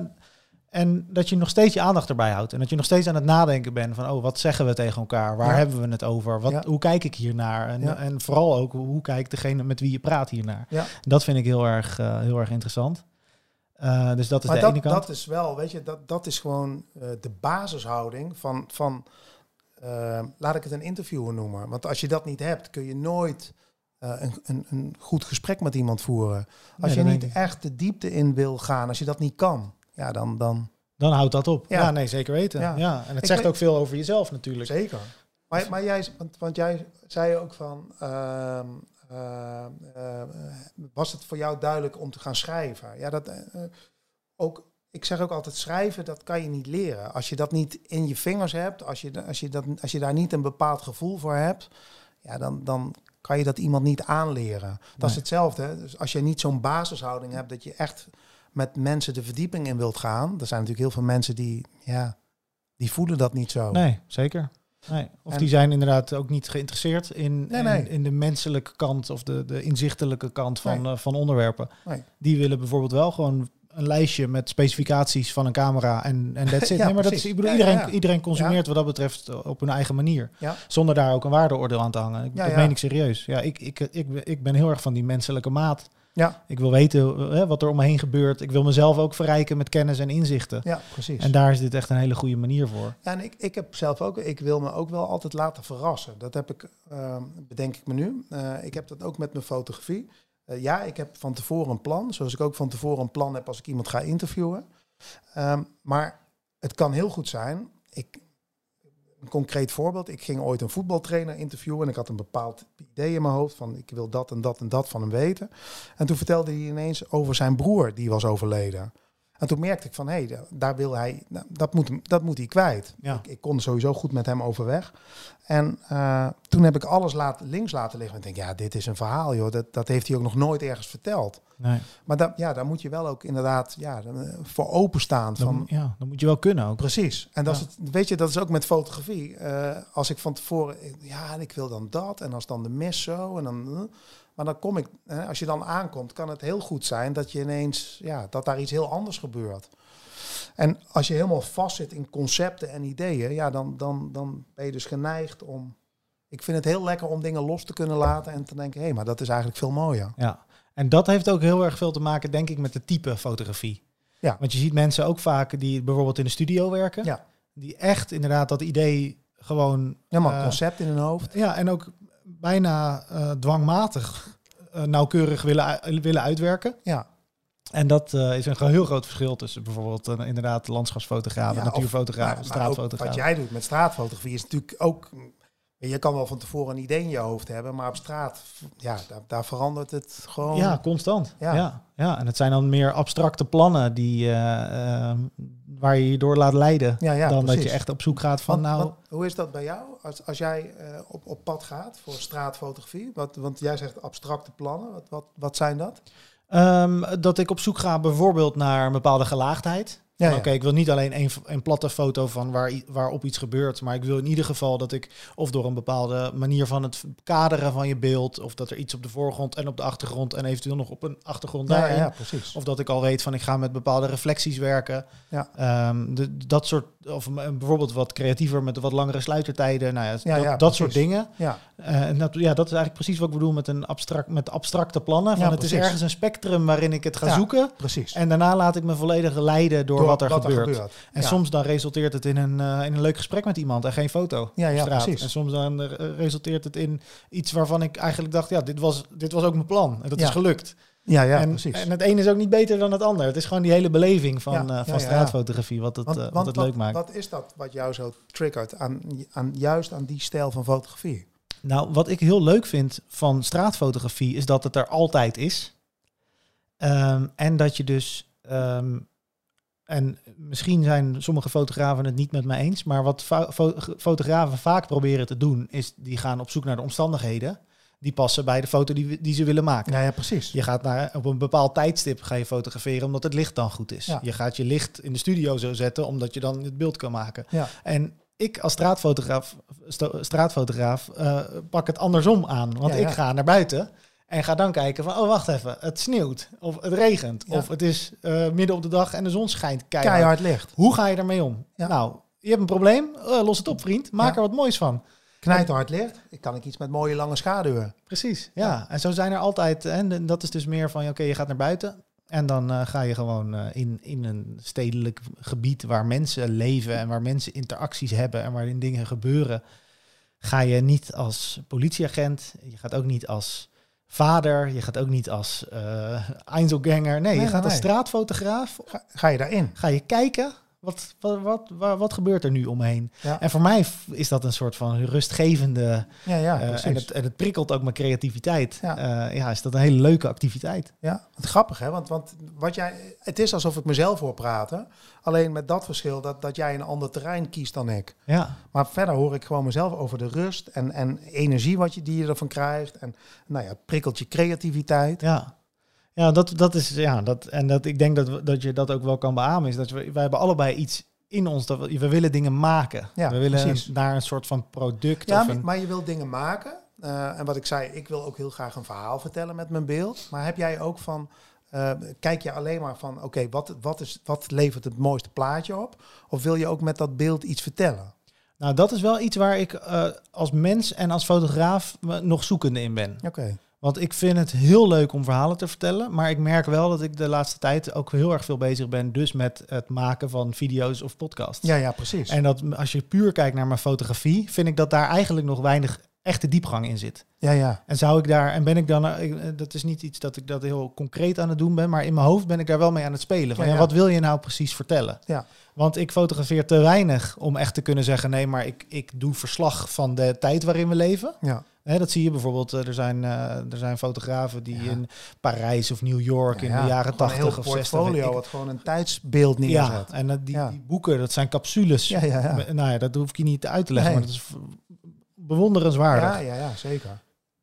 en dat je nog steeds je aandacht erbij houdt. En dat je nog steeds aan het nadenken bent van, oh, wat zeggen we tegen elkaar? Waar ja. hebben we het over? Wat, ja. Hoe kijk ik hiernaar? En, ja. en vooral ook, hoe kijkt degene met wie je praat hiernaar? Ja. Dat vind ik heel erg, uh, heel erg interessant. Uh, dus dat is
maar
de
dat,
ene kant.
Dat is wel, weet je, dat, dat is gewoon uh, de basishouding van, van uh, laat ik het een interviewer noemen. Want als je dat niet hebt, kun je nooit uh, een, een, een goed gesprek met iemand voeren. Als nee, je niet echt de diepte in wil gaan, als je dat niet kan, ja, dan... Dan,
dan houdt dat op. Ja, ja nee, zeker weten. Ja. Ja. En het ik zegt weet, ook veel over jezelf natuurlijk.
Zeker. Maar, maar jij, want, want jij zei ook van... Uh, Uh, uh, was het voor jou duidelijk om te gaan schrijven? Ja, dat uh, ook. Ik zeg ook altijd, schrijven, dat kan je niet leren. Als je dat niet in je vingers hebt, als je, als je, dat, als je daar niet een bepaald gevoel voor hebt, ja, dan, dan kan je dat iemand niet aanleren. Dat nee. is hetzelfde. Hè? Dus als je niet zo'n basishouding hebt, dat je echt met mensen de verdieping in wilt gaan. Er zijn natuurlijk heel veel mensen die, ja, die voelen dat niet zo.
Nee, zeker. Nee, of en die zijn inderdaad ook niet geïnteresseerd in, nee, nee. in, in de menselijke kant of de, de inzichtelijke kant van, nee. uh, van onderwerpen. Nee. Die willen bijvoorbeeld wel gewoon een lijstje met specificaties van een camera en en that's it. Ja, nee, maar dat is, ik bedoel, ja, iedereen, ja, ja. iedereen consumeert ja. wat dat betreft op hun eigen manier. Ja. Zonder daar ook een waardeoordeel aan te hangen. Ik, ja, dat ja. meen ik serieus. Ja, ik, ik, ik, ik ben heel erg van die menselijke maat. Ja. Ik wil weten hè, wat er om me heen gebeurt. Ik wil mezelf ook verrijken met kennis en inzichten.
Ja, precies.
En daar is dit echt een hele goede manier voor.
Ja, en ik, ik heb zelf ook, ik wil me ook wel altijd laten verrassen. Dat heb ik, uh, bedenk ik me nu. Uh, ik heb dat ook met mijn fotografie. Uh, ja, ik heb van tevoren een plan. Zoals ik ook van tevoren een plan heb als ik iemand ga interviewen. Um, maar het kan heel goed zijn. Ik, een concreet voorbeeld. Ik ging ooit een voetbaltrainer interviewen. En ik had een bepaald idee in mijn hoofd. Van ik wil dat en dat en dat van hem weten. En toen vertelde hij ineens over zijn broer. Die was overleden. En toen merkte ik van, hé, hey, daar wil hij, nou, dat, moet hem, dat moet hij kwijt. Ja. Ik, ik kon sowieso goed met hem overweg. En uh, toen heb ik alles laat, links laten liggen. En ik denk, ja, dit is een verhaal, joh. Dat, dat heeft hij ook nog nooit ergens verteld. Nee. Maar dat, ja, daar moet je wel ook inderdaad ja, voor openstaan.
Dan,
van,
ja, dat moet je wel kunnen ook.
Precies. En dat ja. is het, weet je, dat is ook met fotografie. Uh, als ik van tevoren, ja, ik wil dan dat. En als dan de mis zo. En dan... Uh, Maar dan kom ik, hè, als je dan aankomt, kan het heel goed zijn dat je ineens, ja, dat daar iets heel anders gebeurt. En als je helemaal vast zit in concepten en ideeën, ja, dan, dan, dan ben je dus geneigd om. Ik vind het heel lekker om dingen los te kunnen laten en te denken, hé, hey, maar dat is eigenlijk veel mooier.
Ja, en dat heeft ook heel erg veel te maken, denk ik, met de type fotografie. Ja. Want je ziet mensen ook vaak die bijvoorbeeld in de studio werken, ja. die echt inderdaad dat idee gewoon.
Ja, maar uh, concept in hun hoofd.
Ja, en ook bijna uh, dwangmatig uh, nauwkeurig willen, uh, willen uitwerken. Ja. En dat uh, is een heel groot verschil tussen bijvoorbeeld uh, inderdaad landschapsfotograaf, ja, natuurfotograaf, straatfotograaf.
Wat jij doet met straatfotografie is natuurlijk ook. Je kan wel van tevoren een idee in je hoofd hebben, maar op straat, ja, daar, daar verandert het gewoon.
Ja, constant. Ja. Ja, ja, en het zijn dan meer abstracte plannen die, uh, uh, waar je je door laat leiden.
Ja, ja,
dan
precies.
dat je echt op zoek gaat van
Want,
nou...
want, hoe is dat bij jou? Als, als jij uh, op, op pad gaat voor straatfotografie? Wat, want jij zegt abstracte plannen. Wat, wat, wat zijn dat?
Um, dat ik op zoek ga bijvoorbeeld naar een bepaalde gelaagdheid.
Ja,
Oké,
ja.
okay, ik wil niet alleen een, een platte foto van waar, waarop iets gebeurt, maar ik wil in ieder geval dat ik, of door een bepaalde manier van het kaderen van je beeld, of dat er iets op de voorgrond en op de achtergrond en eventueel nog op een achtergrond
Ja,
daarin.
ja, ja, precies.
Of dat ik al weet van ik ga met bepaalde reflecties werken.
Ja.
Um, de, dat soort, of bijvoorbeeld wat creatiever met wat langere sluitertijden. Nou ja,
Ja,
dat,
ja,
dat
precies.
soort dingen.
Ja.
Uh, en dat, ja, dat is eigenlijk precies wat ik bedoel met een abstract, met abstracte plannen. Van
Ja,
het is
precies.
ergens een spectrum waarin ik het ga
Ja,
zoeken.
Precies.
En daarna laat ik me volledig leiden door, door wat er
wat
gebeurt.
Er gebeurt.
En
ja.
soms dan resulteert het in een, uh, in een leuk gesprek met iemand en geen foto
Ja, ja,
op straat.
precies.
En soms dan uh, resulteert het in iets waarvan ik eigenlijk dacht, ja, dit was, dit was ook mijn plan. En dat
ja.
is gelukt.
Ja, ja,
en,
precies.
En het ene is ook niet beter dan het ander. Het is gewoon die hele beleving van,
Ja,
uh, van
ja, ja,
straatfotografie wat het,
want,
uh, wat
want
het
wat,
leuk maakt.
Wat is dat wat jou zo triggert aan, aan, juist aan die stijl van fotografie?
Nou, wat ik heel leuk vind van straatfotografie is dat het er altijd is. Um, en dat je dus... Um, en misschien zijn sommige fotografen het niet met mij eens, maar wat fo- fo- fotografen vaak proberen te doen, is die gaan op zoek naar de omstandigheden die passen bij de foto die, die ze willen maken.
Ja, ja, precies.
Je gaat naar, op een bepaald tijdstip ga je fotograferen omdat het licht dan goed is.
Ja.
Je gaat je licht in de studio zo zetten omdat je dan het beeld kan maken.
Ja.
En ik als straatfotograaf, sto- straatfotograaf uh, pak het andersom aan. Want
Ja, ja.
ik ga naar buiten en ga dan kijken van, oh wacht even, het sneeuwt of het regent.
Ja.
Of het is uh, midden op de dag en de zon schijnt keihard.
Keihard licht.
Hoe ga je daarmee om?
Ja.
Nou, je hebt een probleem, uh, los het op vriend. Maak
Ja.
er wat moois van.
Knijterhard licht. Ik kan ik iets met mooie lange schaduwen.
Precies, ja.
Ja.
En zo zijn er altijd, en dat is dus meer van, oké, okay, je gaat naar buiten. En dan uh, ga je gewoon uh, in, in een stedelijk gebied waar mensen leven en waar mensen interacties hebben en waarin dingen gebeuren. Ga je niet als politieagent, je gaat ook niet als vader, je gaat ook niet als uh, Einzelganger. Nee,
Nee,
je gaat
nee.
als straatfotograaf.
Ga, ga je daarin?
Ga je kijken, wat, wat, wat, wat, wat gebeurt er nu omheen?
Ja,
En voor mij is dat een soort van rustgevende...
ja, ja
Uh,
precies.
en, het, en het prikkelt ook mijn creativiteit.
Ja.
Ja. Uh, ja, is dat een hele leuke activiteit.
Ja, wat grappig hè, want, want wat jij, het is alsof ik mezelf hoor praten. Alleen met dat verschil dat, dat jij een ander terrein kiest dan ik.
Ja,
Maar verder hoor ik gewoon mezelf over de rust en, en energie wat je, die je ervan krijgt. En nou ja, het prikkelt je creativiteit.
ja. Ja, dat, dat is, ja, dat, en dat, ik denk dat, we, dat je dat ook wel kan beamen. Is dat we, wij hebben allebei iets in ons, dat we, we willen dingen maken.
Ja,
we willen
precies.
naar een soort van product.
Ja,
of
maar,
een,
maar je wilt dingen maken. Uh, en wat ik zei, ik wil ook heel graag een verhaal vertellen met mijn beeld. Maar heb jij ook van, uh, kijk je alleen maar van, oké, okay, wat, wat, is, wat levert het mooiste plaatje op? Of wil je ook met dat beeld iets vertellen?
Nou, dat is wel iets waar ik uh, als mens en als fotograaf nog zoekende in ben.
Oké. Okay.
Want ik vind het heel leuk om verhalen te vertellen. Maar ik merk wel dat ik de laatste tijd ook heel erg veel bezig ben. Dus met het maken van video's of podcasts.
Ja, ja, precies.
En dat als je puur kijkt naar mijn fotografie, vind ik dat daar eigenlijk nog weinig echte diepgang in zit.
Ja, ja.
En zou ik daar, en ben ik dan, ik, dat is niet iets dat ik dat heel concreet aan het doen ben, maar in mijn hoofd ben ik daar wel mee aan het spelen. Van,
Ja,
ja,
ja.
wat wil je nou precies vertellen?
Ja.
Want ik fotografeer te weinig om echt te kunnen zeggen, nee, maar ik, ik doe verslag van de tijd waarin we leven.
Ja.
He, dat zie je bijvoorbeeld, er zijn, uh, er zijn fotografen die
Ja.
in Parijs of New York
Ja,
in
ja.
de jaren
Gewoon een
tachtig
heel
of zestig.
portfolio,
weet ik.
wat gewoon een tijdsbeeld neerzet.
Ja, en uh, die,
Ja.
die boeken, dat zijn capsules.
Ja, ja, ja.
Nou ja, dat hoef ik je niet uit te leggen,
Nee.
maar dat is bewonderenswaardig.
Ja, ja, ja, zeker.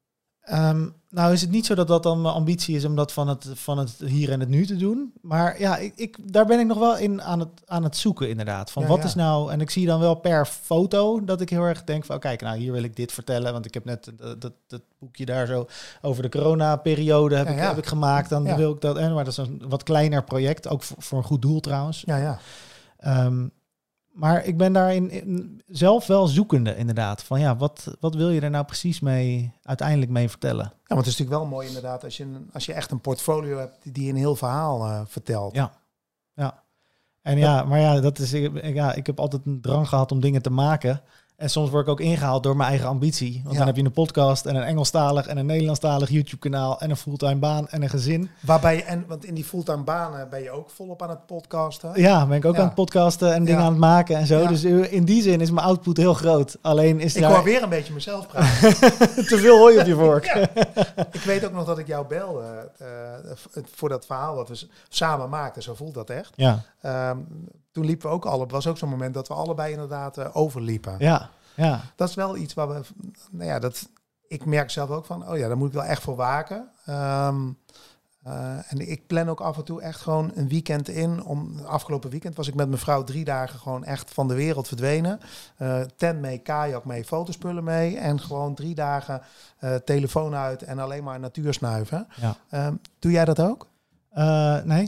Um, nou is het niet zo dat dat dan mijn ambitie is om dat van het, van het hier en het nu te doen. Maar ja, ik, ik, daar ben ik nog wel in aan het, aan het zoeken inderdaad. Van
Ja,
wat
ja.
is nou... En ik zie dan wel per foto dat ik heel erg denk van... Oh, kijk, nou hier wil ik dit vertellen. Want ik heb net dat, dat, dat boekje daar zo over de corona-periode heb,
Ja,
ik,
ja.
heb ik gemaakt. Dan
Ja.
wil ik dat... En, maar dat is een wat kleiner project. Ook voor, voor een goed doel trouwens.
Ja, ja.
Um, maar ik ben daarin in, zelf wel zoekende inderdaad. Van ja, wat, wat wil je er nou precies mee uiteindelijk mee vertellen?
Ja, want het is natuurlijk wel mooi inderdaad als je, een, als je echt een portfolio hebt die, die een heel verhaal uh, vertelt.
Ja, ja. En ja, maar ja, dat is, ja, ik heb altijd een drang gehad om dingen te maken. En soms word ik ook ingehaald door mijn eigen ambitie. Want
Ja.
dan heb je een podcast en een Engelstalig en een Nederlandstalig YouTube-kanaal en een fulltime baan en een gezin.
Waarbij je, en, want in die fulltime banen ben je ook volop aan het podcasten.
Ja, ben ik ook
Ja.
aan het podcasten en dingen
Ja.
aan het maken en zo.
Ja.
Dus in die zin is mijn output heel groot. Alleen is
Ik
daar
hoor weer een beetje mezelf praten.
te veel hooi op je vork.
Ja. Ik weet ook nog dat ik jou belde uh, voor dat verhaal wat we s- samen maakten. Zo voelt dat echt.
Ja,
Um, toen liepen we ook al. Het was ook zo'n moment dat we allebei inderdaad uh, overliepen.
Ja, ja.
Dat is wel iets waar we... Nou ja, dat, ik merk zelf ook van... Oh ja, daar moet ik wel echt voor waken. Um, uh, en ik plan ook af en toe echt gewoon een weekend in. Om, afgelopen weekend was ik met mijn vrouw drie dagen gewoon echt van de wereld verdwenen. Uh, tent mee, kajak mee, fotospullen mee. En gewoon drie dagen uh, telefoon uit en alleen maar natuur snuiven.
Ja.
Um, doe jij dat ook?
Uh, nee.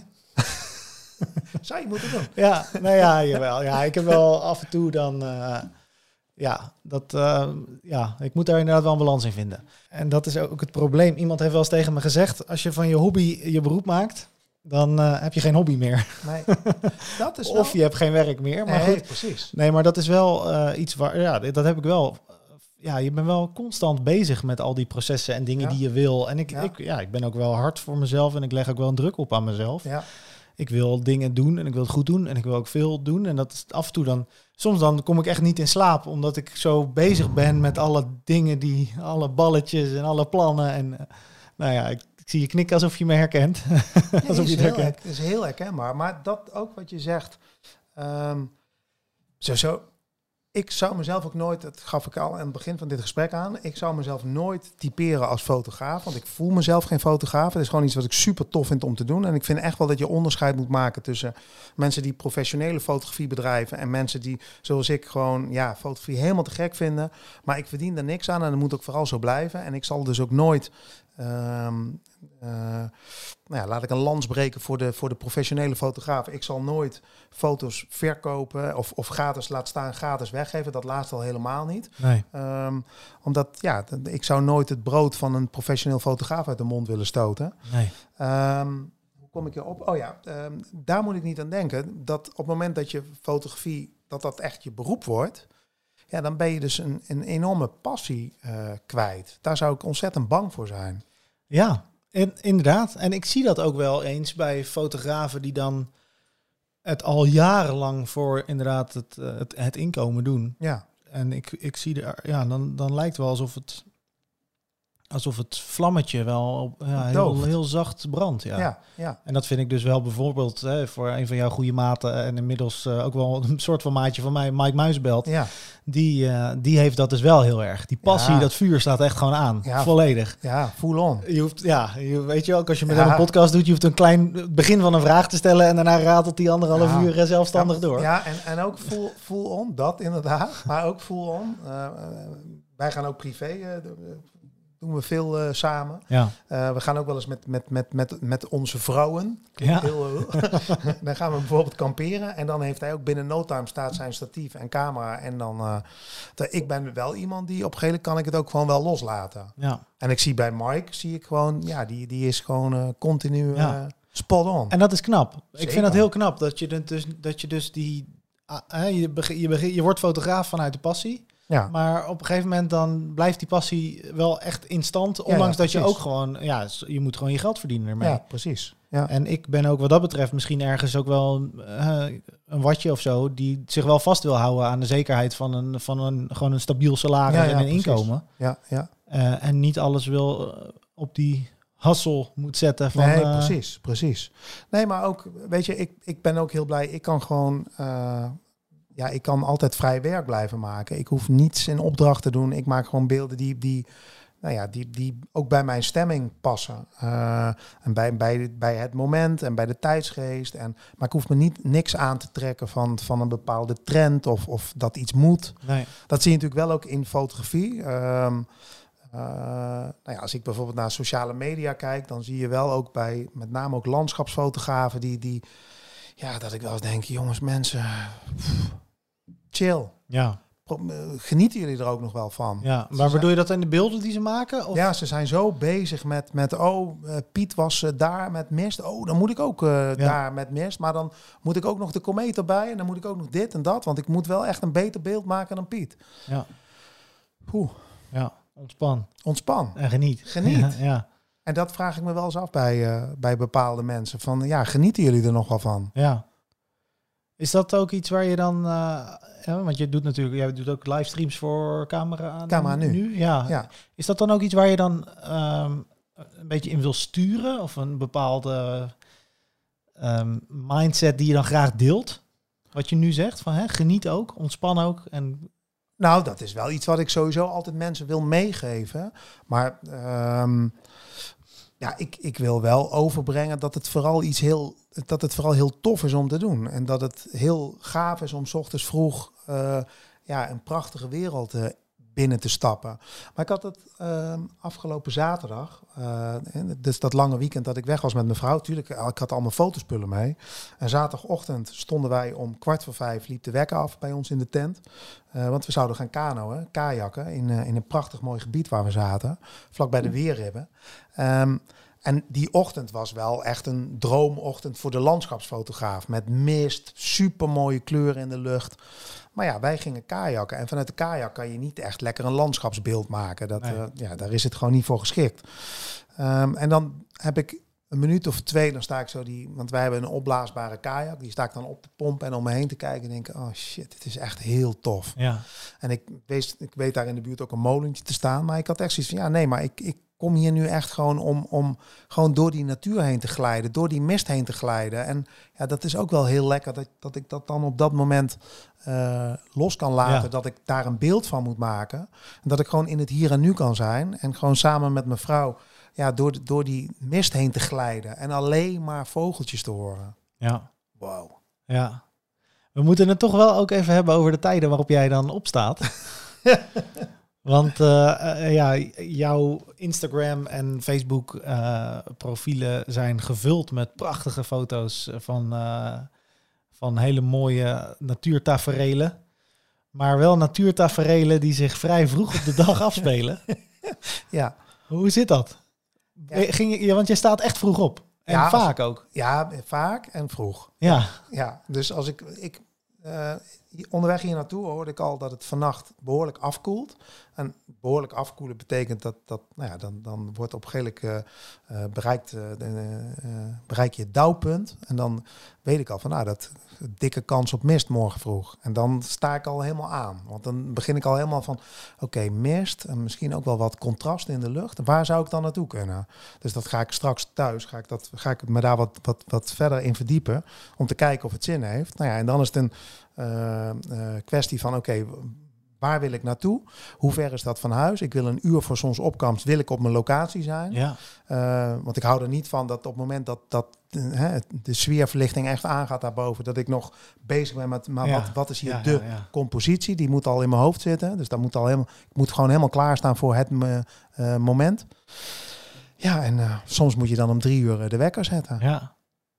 Zou je moeten doen.
Ja, nou ja, jawel. Ja, ik heb wel af en toe dan... Uh, ja, dat, uh, ja, ik moet daar inderdaad wel een balans in vinden. En dat is ook het probleem. Iemand heeft wel eens tegen me gezegd... als je van je hobby je beroep maakt... dan uh, heb je geen hobby meer.
Nee, dat is wel...
Of je hebt geen werk meer. Maar
nee,
goed,
precies.
Nee, maar dat is wel uh, iets waar... Ja, dat heb ik wel... Ja, je bent wel constant bezig met al die processen en dingen
ja.
die je wil. En ik,
ja.
ik, ja, ik ben ook wel hard voor mezelf... en ik leg ook wel een druk op aan mezelf.
Ja.
Ik wil dingen doen en ik wil het goed doen en ik wil ook veel doen. En dat is af en toe dan... Soms dan kom ik echt niet in slaap, omdat ik zo bezig ben met alle dingen die... alle balletjes en alle plannen. En uh, nou ja, ik, ik zie je knikken alsof je me herkent.
Nee,
alsof je het herkent.
Het is heel herkenbaar. Maar dat ook wat je zegt... Um, zo, zo, ik zou mezelf ook nooit... Dat gaf ik al aan het begin van dit gesprek aan. Ik zou mezelf nooit typeren als fotograaf. Want ik voel mezelf geen fotograaf. Het is gewoon iets wat ik super tof vind om te doen. En ik vind echt wel dat je onderscheid moet maken tussen mensen die professionele fotografie bedrijven en mensen die, zoals ik, gewoon ja, fotografie helemaal te gek vinden. Maar ik verdien er niks aan en dat moet ook vooral zo blijven. En ik zal dus ook nooit... Um, uh, nou ja, laat ik een lans breken voor de, voor de professionele fotograaf. Ik zal nooit foto's verkopen of, of gratis, laat staan gratis weggeven. Dat laatste al helemaal niet.
Nee.
Um, omdat, ja, ik zou nooit het brood van een professioneel fotograaf uit de mond willen stoten.
Nee.
Um, hoe kom ik hierop? Oh ja, um, daar moet ik niet aan denken. Dat op het moment dat je fotografie, dat dat echt je beroep wordt... Ja, dan ben je dus een, een enorme passie uh, kwijt. Daar zou ik ontzettend bang voor zijn.
Ja, en, inderdaad. En ik zie dat ook wel eens bij fotografen die dan het al jarenlang voor inderdaad het, uh, het, het inkomen doen.
Ja.
En ik, ik zie er, ja, dan, dan lijkt het wel alsof het, alsof het vlammetje wel op, ja, heel, heel zacht brandt. Ja.
Ja, ja.
En dat vind ik dus wel bijvoorbeeld hè, voor een van jouw goede maten en inmiddels uh, ook wel een soort van maatje van mij, Mike Muisbelt.
Ja.
Die, uh, die heeft dat dus wel heel erg. Die passie,
Ja.
dat vuur staat echt gewoon aan.
Ja.
Volledig.
Ja, full on.
Je hoeft, ja, je, weet je ook, als je met
Ja.
een podcast doet, je hoeft een klein begin van een vraag te stellen en daarna ratelt die anderhalf
Ja.
uur zelfstandig
ja,
door.
Ja, en, en ook full, full on, dat inderdaad. Maar ook full on. Uh, uh, wij gaan ook privé, uh, doen we veel uh, samen.
Ja.
Uh, we gaan ook wel eens met, met, met, met, met onze vrouwen.
Ja.
Heel, uh, dan gaan we bijvoorbeeld kamperen. En dan heeft hij ook binnen no time staat zijn statief en camera. En dan, uh, de, ik ben wel iemand die op een gegeven moment kan ik het ook gewoon wel loslaten.
Ja.
En ik zie bij Mike, zie ik gewoon, ja, die, die is gewoon uh, continu uh,
Ja.
spot on.
En dat is knap.
Zeker.
Ik vind dat heel knap, dat je dus, dat je dus die... Uh, je, begin, je, begin, je wordt fotograaf vanuit de passie.
Ja.
Maar op een gegeven moment dan blijft die passie wel echt in stand. Ondanks
ja,
dat je
precies.
ook gewoon... Ja, je moet gewoon je geld verdienen ermee.
Ja, precies. Ja.
En ik ben ook wat dat betreft misschien ergens ook wel uh, een watje of zo... die zich wel vast wil houden aan de zekerheid van een, van een, gewoon een stabiel salaris
Ja, ja,
en een
precies.
inkomen.
Ja, ja.
Uh, en niet alles wil uh, op die hassel moet zetten. Van,
nee,
uh,
precies, precies. Nee, maar ook, weet je, ik, ik ben ook heel blij. Ik kan gewoon... Uh, Ja, ik kan altijd vrij werk blijven maken. Ik hoef niets in opdracht te doen. Ik maak gewoon beelden die, die, nou ja, die, die ook bij mijn stemming passen. Uh, en bij, bij, bij het moment en bij de tijdsgeest. En, maar ik hoef me niet niks aan te trekken van, van een bepaalde trend of, of dat iets moet.
Nee.
Dat zie je natuurlijk wel ook in fotografie. Um, Uh, nou ja, als ik bijvoorbeeld naar sociale media kijk, dan zie je wel ook bij met name ook landschapsfotografen die, die ja, dat ik wel eens denk, jongens, mensen, pff, chill.
Ja.
Genieten jullie er ook nog wel van?
Ja, maar bedoel je dat in de beelden die ze maken? Of?
Ja, ze zijn zo bezig met, met oh, uh, Piet was uh, daar met mist. Oh, dan moet ik ook uh, ja. daar met mist. Maar dan moet ik ook nog de komeet erbij en dan moet ik ook nog dit en dat. Want ik moet wel echt een beter beeld maken dan Piet.
Ja.
Oeh.
Ja, ontspan.
Ontspan.
En geniet.
Geniet.
Ja, ja.
En dat vraag ik me wel eens af bij, uh, bij bepaalde mensen. Van ja, genieten jullie er nog wel van?
Ja. Is dat ook iets waar je dan... Uh, ja, want je doet natuurlijk... Jij doet ook livestreams voor camera.
Camera nu.
nu? Ja.
ja.
Is dat dan ook iets waar je dan um, een beetje in wil sturen? Of een bepaalde um, mindset die je dan graag deelt? Wat je nu zegt, van hè, geniet ook, ontspan ook. En...
Nou, dat is wel iets wat ik sowieso altijd mensen wil meegeven. Maar um, ja, ik, ik wil wel overbrengen dat het vooral iets heel, dat het vooral heel tof is om te doen. En dat het heel gaaf is om 's ochtends vroeg uh, ja, een prachtige wereld uh, binnen te stappen. Maar ik had het uh, afgelopen zaterdag, uh, dus dat lange weekend dat ik weg was met mijn vrouw. Tuurlijk, ik had al mijn fotospullen mee. En zaterdagochtend stonden wij om kwart voor vijf, liep de wekker af bij ons in de tent. Uh, want we zouden gaan kanoën, kajakken, in, uh, in een prachtig mooi gebied waar we zaten. Vlakbij de Weerribben. Um, En die ochtend was wel echt een droomochtend voor de landschapsfotograaf. Met mist, supermooie kleuren in de lucht. Maar ja, wij gingen kajakken. En vanuit de kajak kan je niet echt lekker een landschapsbeeld maken. Dat, nee. uh, ja, daar is het gewoon niet voor geschikt. Um, en dan heb ik een minuut of twee, dan sta ik zo die... Want wij hebben een opblaasbare kajak. Die sta ik dan op de pomp en om me heen te kijken en denken... Oh shit, het is echt heel tof.
Ja.
En ik weet, ik weet daar in de buurt ook een molentje te staan. Maar ik had echt zoiets van, ja nee, maar ik... ik kom hier nu echt gewoon om, om gewoon door die natuur heen te glijden, door die mist heen te glijden. En ja, dat is ook wel heel lekker dat, dat ik dat dan op dat moment uh, los kan laten, ja. Dat ik daar een beeld van moet maken. En dat ik gewoon in het hier en nu kan zijn en gewoon samen met mijn vrouw ja, door, door die mist heen te glijden en alleen maar vogeltjes te horen.
Ja.
Wow.
Ja. We moeten het toch wel ook even hebben over de tijden waarop jij dan opstaat. Want uh, uh, ja, jouw Instagram en Facebook uh, profielen zijn gevuld met prachtige foto's van, uh, van hele mooie natuurtaferelen. Maar wel natuurtaferelen die zich vrij vroeg op de dag afspelen.
Ja.
Hoe zit dat? Ja. Ging je, want jij staat echt vroeg op. En ja, vaak als, ook.
Ja, vaak en vroeg.
Ja.
Ja, dus als ik... ik Uh, onderweg hier naartoe hoorde ik al dat het vannacht behoorlijk afkoelt. En behoorlijk afkoelen betekent dat, dat nou ja, dan, dan wordt op een gegeven moment uh, uh, bereikt, uh, uh, bereik je het dauwpunt. En dan weet ik al van nou, dat dikke kans op mist morgen vroeg. En dan sta ik al helemaal aan. Want dan begin ik al helemaal van oké, okay, mist en misschien ook wel wat contrast in de lucht. Waar zou ik dan naartoe kunnen? Dus dat ga ik straks thuis, ga ik, dat, ga ik me daar wat, wat, wat verder in verdiepen. Om te kijken of het zin heeft. Nou ja, en dan is het een uh, uh, kwestie van oké, okay, waar wil ik naartoe? Hoe ver is dat van huis? Ik wil een uur voor zonsopkomst, wil ik op mijn locatie zijn.
Ja.
Uh, want ik hou er niet van dat op het moment dat, dat uh, de sfeerverlichting echt aangaat daarboven, dat ik nog bezig ben met, maar ja. wat, wat is hier ja, de ja, ja. compositie? Die moet al in mijn hoofd zitten. Dus dat moet al helemaal, ik moet gewoon helemaal klaarstaan voor het uh, uh, moment. Ja, en uh, soms moet je dan om drie uur de wekker zetten.
Ja.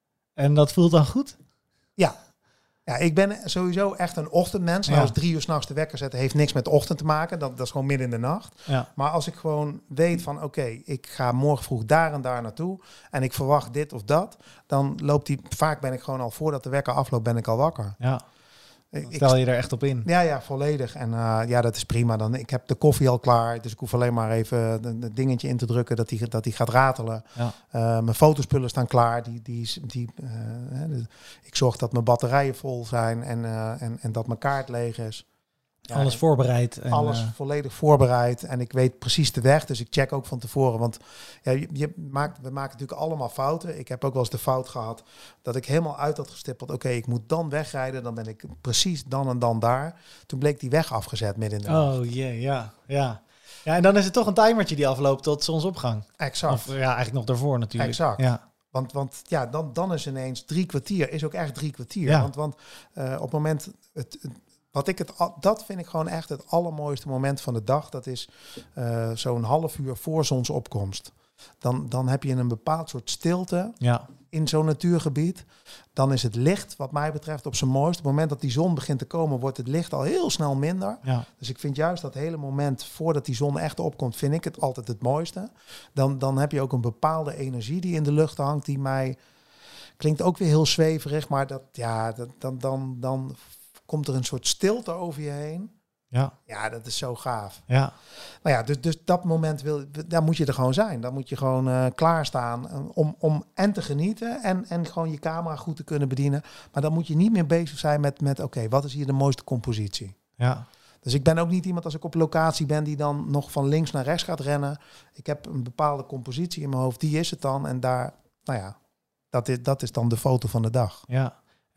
En dat voelt dan goed?
Ja. Ja, ik ben sowieso echt een ochtendmens. Nou, ja. Als drie uur 's nachts de wekker zetten heeft niks met de ochtend te maken. Dat, dat is gewoon midden in de nacht.
Ja.
Maar als ik gewoon weet van oké, okay, ik ga morgen vroeg daar en daar naartoe en ik verwacht dit of dat, dan loopt die, vaak ben ik gewoon al voordat de wekker afloopt, ben ik al wakker.
Ja. Stel je er echt op in?
Ja, ja, volledig. En uh, ja, dat is prima. Dan, ik heb de koffie al klaar, dus ik hoef alleen maar even het dingetje in te drukken dat die, dat die gaat ratelen.
Ja.
Uh, mijn fotospullen staan klaar. Die, die, die, uh, de, ik zorg dat mijn batterijen vol zijn en, uh, en, en dat mijn kaart leeg is.
Ja, alles voorbereid. En,
alles uh... volledig voorbereid. En ik weet precies de weg. Dus ik check ook van tevoren. Want ja, je, je maakt, we maken natuurlijk allemaal fouten. Ik heb ook wel eens de fout gehad dat ik helemaal uit had gestippeld. Oké, okay, ik moet dan wegrijden. Dan ben ik precies dan en dan daar. Toen bleek die weg afgezet midden in de nacht.
Oh jee, yeah, ja, ja. Ja, en dan is het toch een timertje die afloopt tot zonsopgang.
Exact.
Of ja, eigenlijk nog daarvoor natuurlijk.
Exact.
Ja.
Want, want ja, dan, dan is ineens drie kwartier. Is ook echt drie kwartier.
Ja.
Want, want uh, op het moment... Het, het, Wat ik het, dat vind ik gewoon echt het allermooiste moment van de dag. Dat is uh, zo'n half uur voor zonsopkomst. Dan, dan heb je een bepaald soort stilte
ja.
in zo'n natuurgebied. Dan is het licht, wat mij betreft, op zijn mooist. Op het moment dat die zon begint te komen, wordt het licht al heel snel minder.
Ja.
Dus ik vind juist dat hele moment voordat die zon echt opkomt, vind ik het altijd het mooiste. Dan, dan heb je ook een bepaalde energie die in de lucht hangt, die mij... Klinkt ook weer heel zweverig, maar dat, ja, dat, dan... dan, dan komt er een soort stilte over je heen.
Ja.
Ja, dat is zo gaaf.
Ja.
Nou ja, dus, dus dat moment wil, daar moet je er gewoon zijn. Dan moet je gewoon uh, klaarstaan uh, om, om en te genieten en, en gewoon je camera goed te kunnen bedienen. Maar dan moet je niet meer bezig zijn met, met oké, okay, wat is hier de mooiste compositie?
Ja.
Dus ik ben ook niet iemand als ik op locatie ben die dan nog van links naar rechts gaat rennen. Ik heb een bepaalde compositie in mijn hoofd, die is het dan. En daar, nou ja, dat is, dat is dan de foto van de dag.
Ja.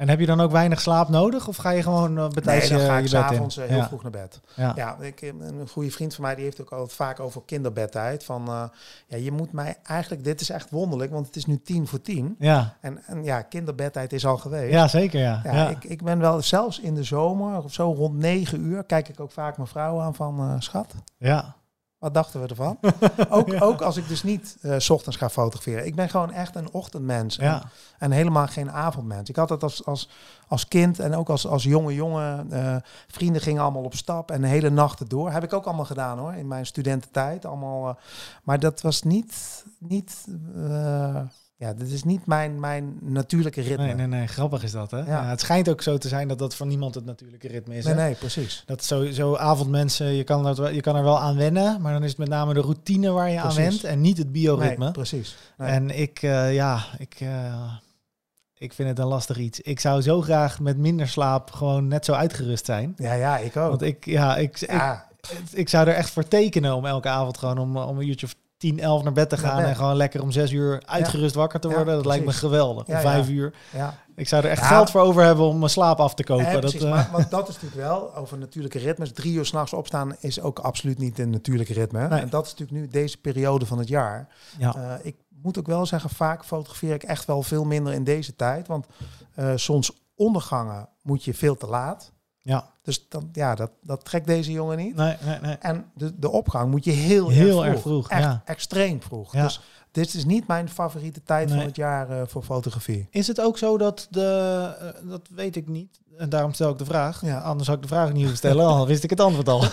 En heb je dan ook weinig slaap nodig? Of ga je gewoon uh, betijds
nee, dan ga
je
ik
bed
s'avonds
in?
heel
Ja.
vroeg naar bed.
Ja.
Ja, ik, een goede vriend van mij die heeft ook altijd vaak over kinderbedtijd. Van, uh, ja, je moet mij eigenlijk... Dit is echt wonderlijk, want het is nu tien voor tien.
Ja,
En, en ja, kinderbedtijd is al geweest.
ja zeker ja.
Ja,
ja.
Ik, ik ben wel zelfs in de zomer, of zo rond negen uur, kijk ik ook vaak mijn vrouw aan van, uh, schat,
ja.
wat dachten we ervan? ook,
Ja.
ook als ik dus niet uh, 's ochtends ga fotograferen. Ik ben gewoon echt een ochtendmens en,
Ja.
en helemaal geen avondmens. Ik had dat als, als, als kind en ook als, als jonge jongen. Uh, vrienden gingen allemaal op stap en de hele nachten door. Heb ik ook allemaal gedaan hoor, in mijn studententijd. Allemaal, uh, maar dat was niet... niet uh, ja, dit is niet mijn, mijn natuurlijke ritme.
Nee, nee, nee. Grappig is dat, hè? Ja.
Ja.
Ja, het schijnt ook zo te zijn dat dat voor niemand het natuurlijke ritme is.
Nee,
hè?
nee, precies.
Dat sowieso avondmensen, je kan, dat wel, je kan er wel aan wennen, maar dan is het met name de routine waar je
Precies.
aan went en niet het bioritme.
Nee, precies. Nee.
En ik, uh, ja, ik, uh, ik vind het een lastig iets. Ik zou zo graag met minder slaap gewoon net zo uitgerust zijn.
Ja, ja, ik ook.
Want ik, ja, ik,
ja.
ik, ik zou er echt voor tekenen om elke avond gewoon om, om een uurtje of tien, elf naar bed te gaan
bed.
En gewoon lekker om zes uur uitgerust ja. wakker te worden.
Ja,
dat lijkt me geweldig.
Ja,
om vijf
ja.
uur.
Ja.
Ik zou er echt
ja.
geld voor over hebben om mijn slaap af te kopen.
Ja, precies,
dat, uh...
maar, want dat is natuurlijk wel, over natuurlijke ritmes. Drie uur 's nachts opstaan is ook absoluut niet een natuurlijke ritme.
Nee.
En dat is natuurlijk nu deze periode van het jaar.
Ja.
Uh, ik moet ook wel zeggen, vaak fotografeer ik echt wel veel minder in deze tijd. Want uh, zonsondergangen moet je veel te laat.
Ja.
Dus dan, ja, dat, dat trekt deze jongen niet.
Nee, nee, nee.
En de, de opgang moet je heel,
heel
erg
erg
vroeg.
vroeg.
Echt
ja.
extreem vroeg.
Ja.
Dus dit is niet mijn favoriete tijd
nee.
van het jaar uh, voor fotografie.
Is het ook zo dat de... Uh, dat weet ik niet. En daarom stel ik de vraag.
Ja.
Anders had ik de vraag niet hoeven stellen. Al wist ik het antwoord al.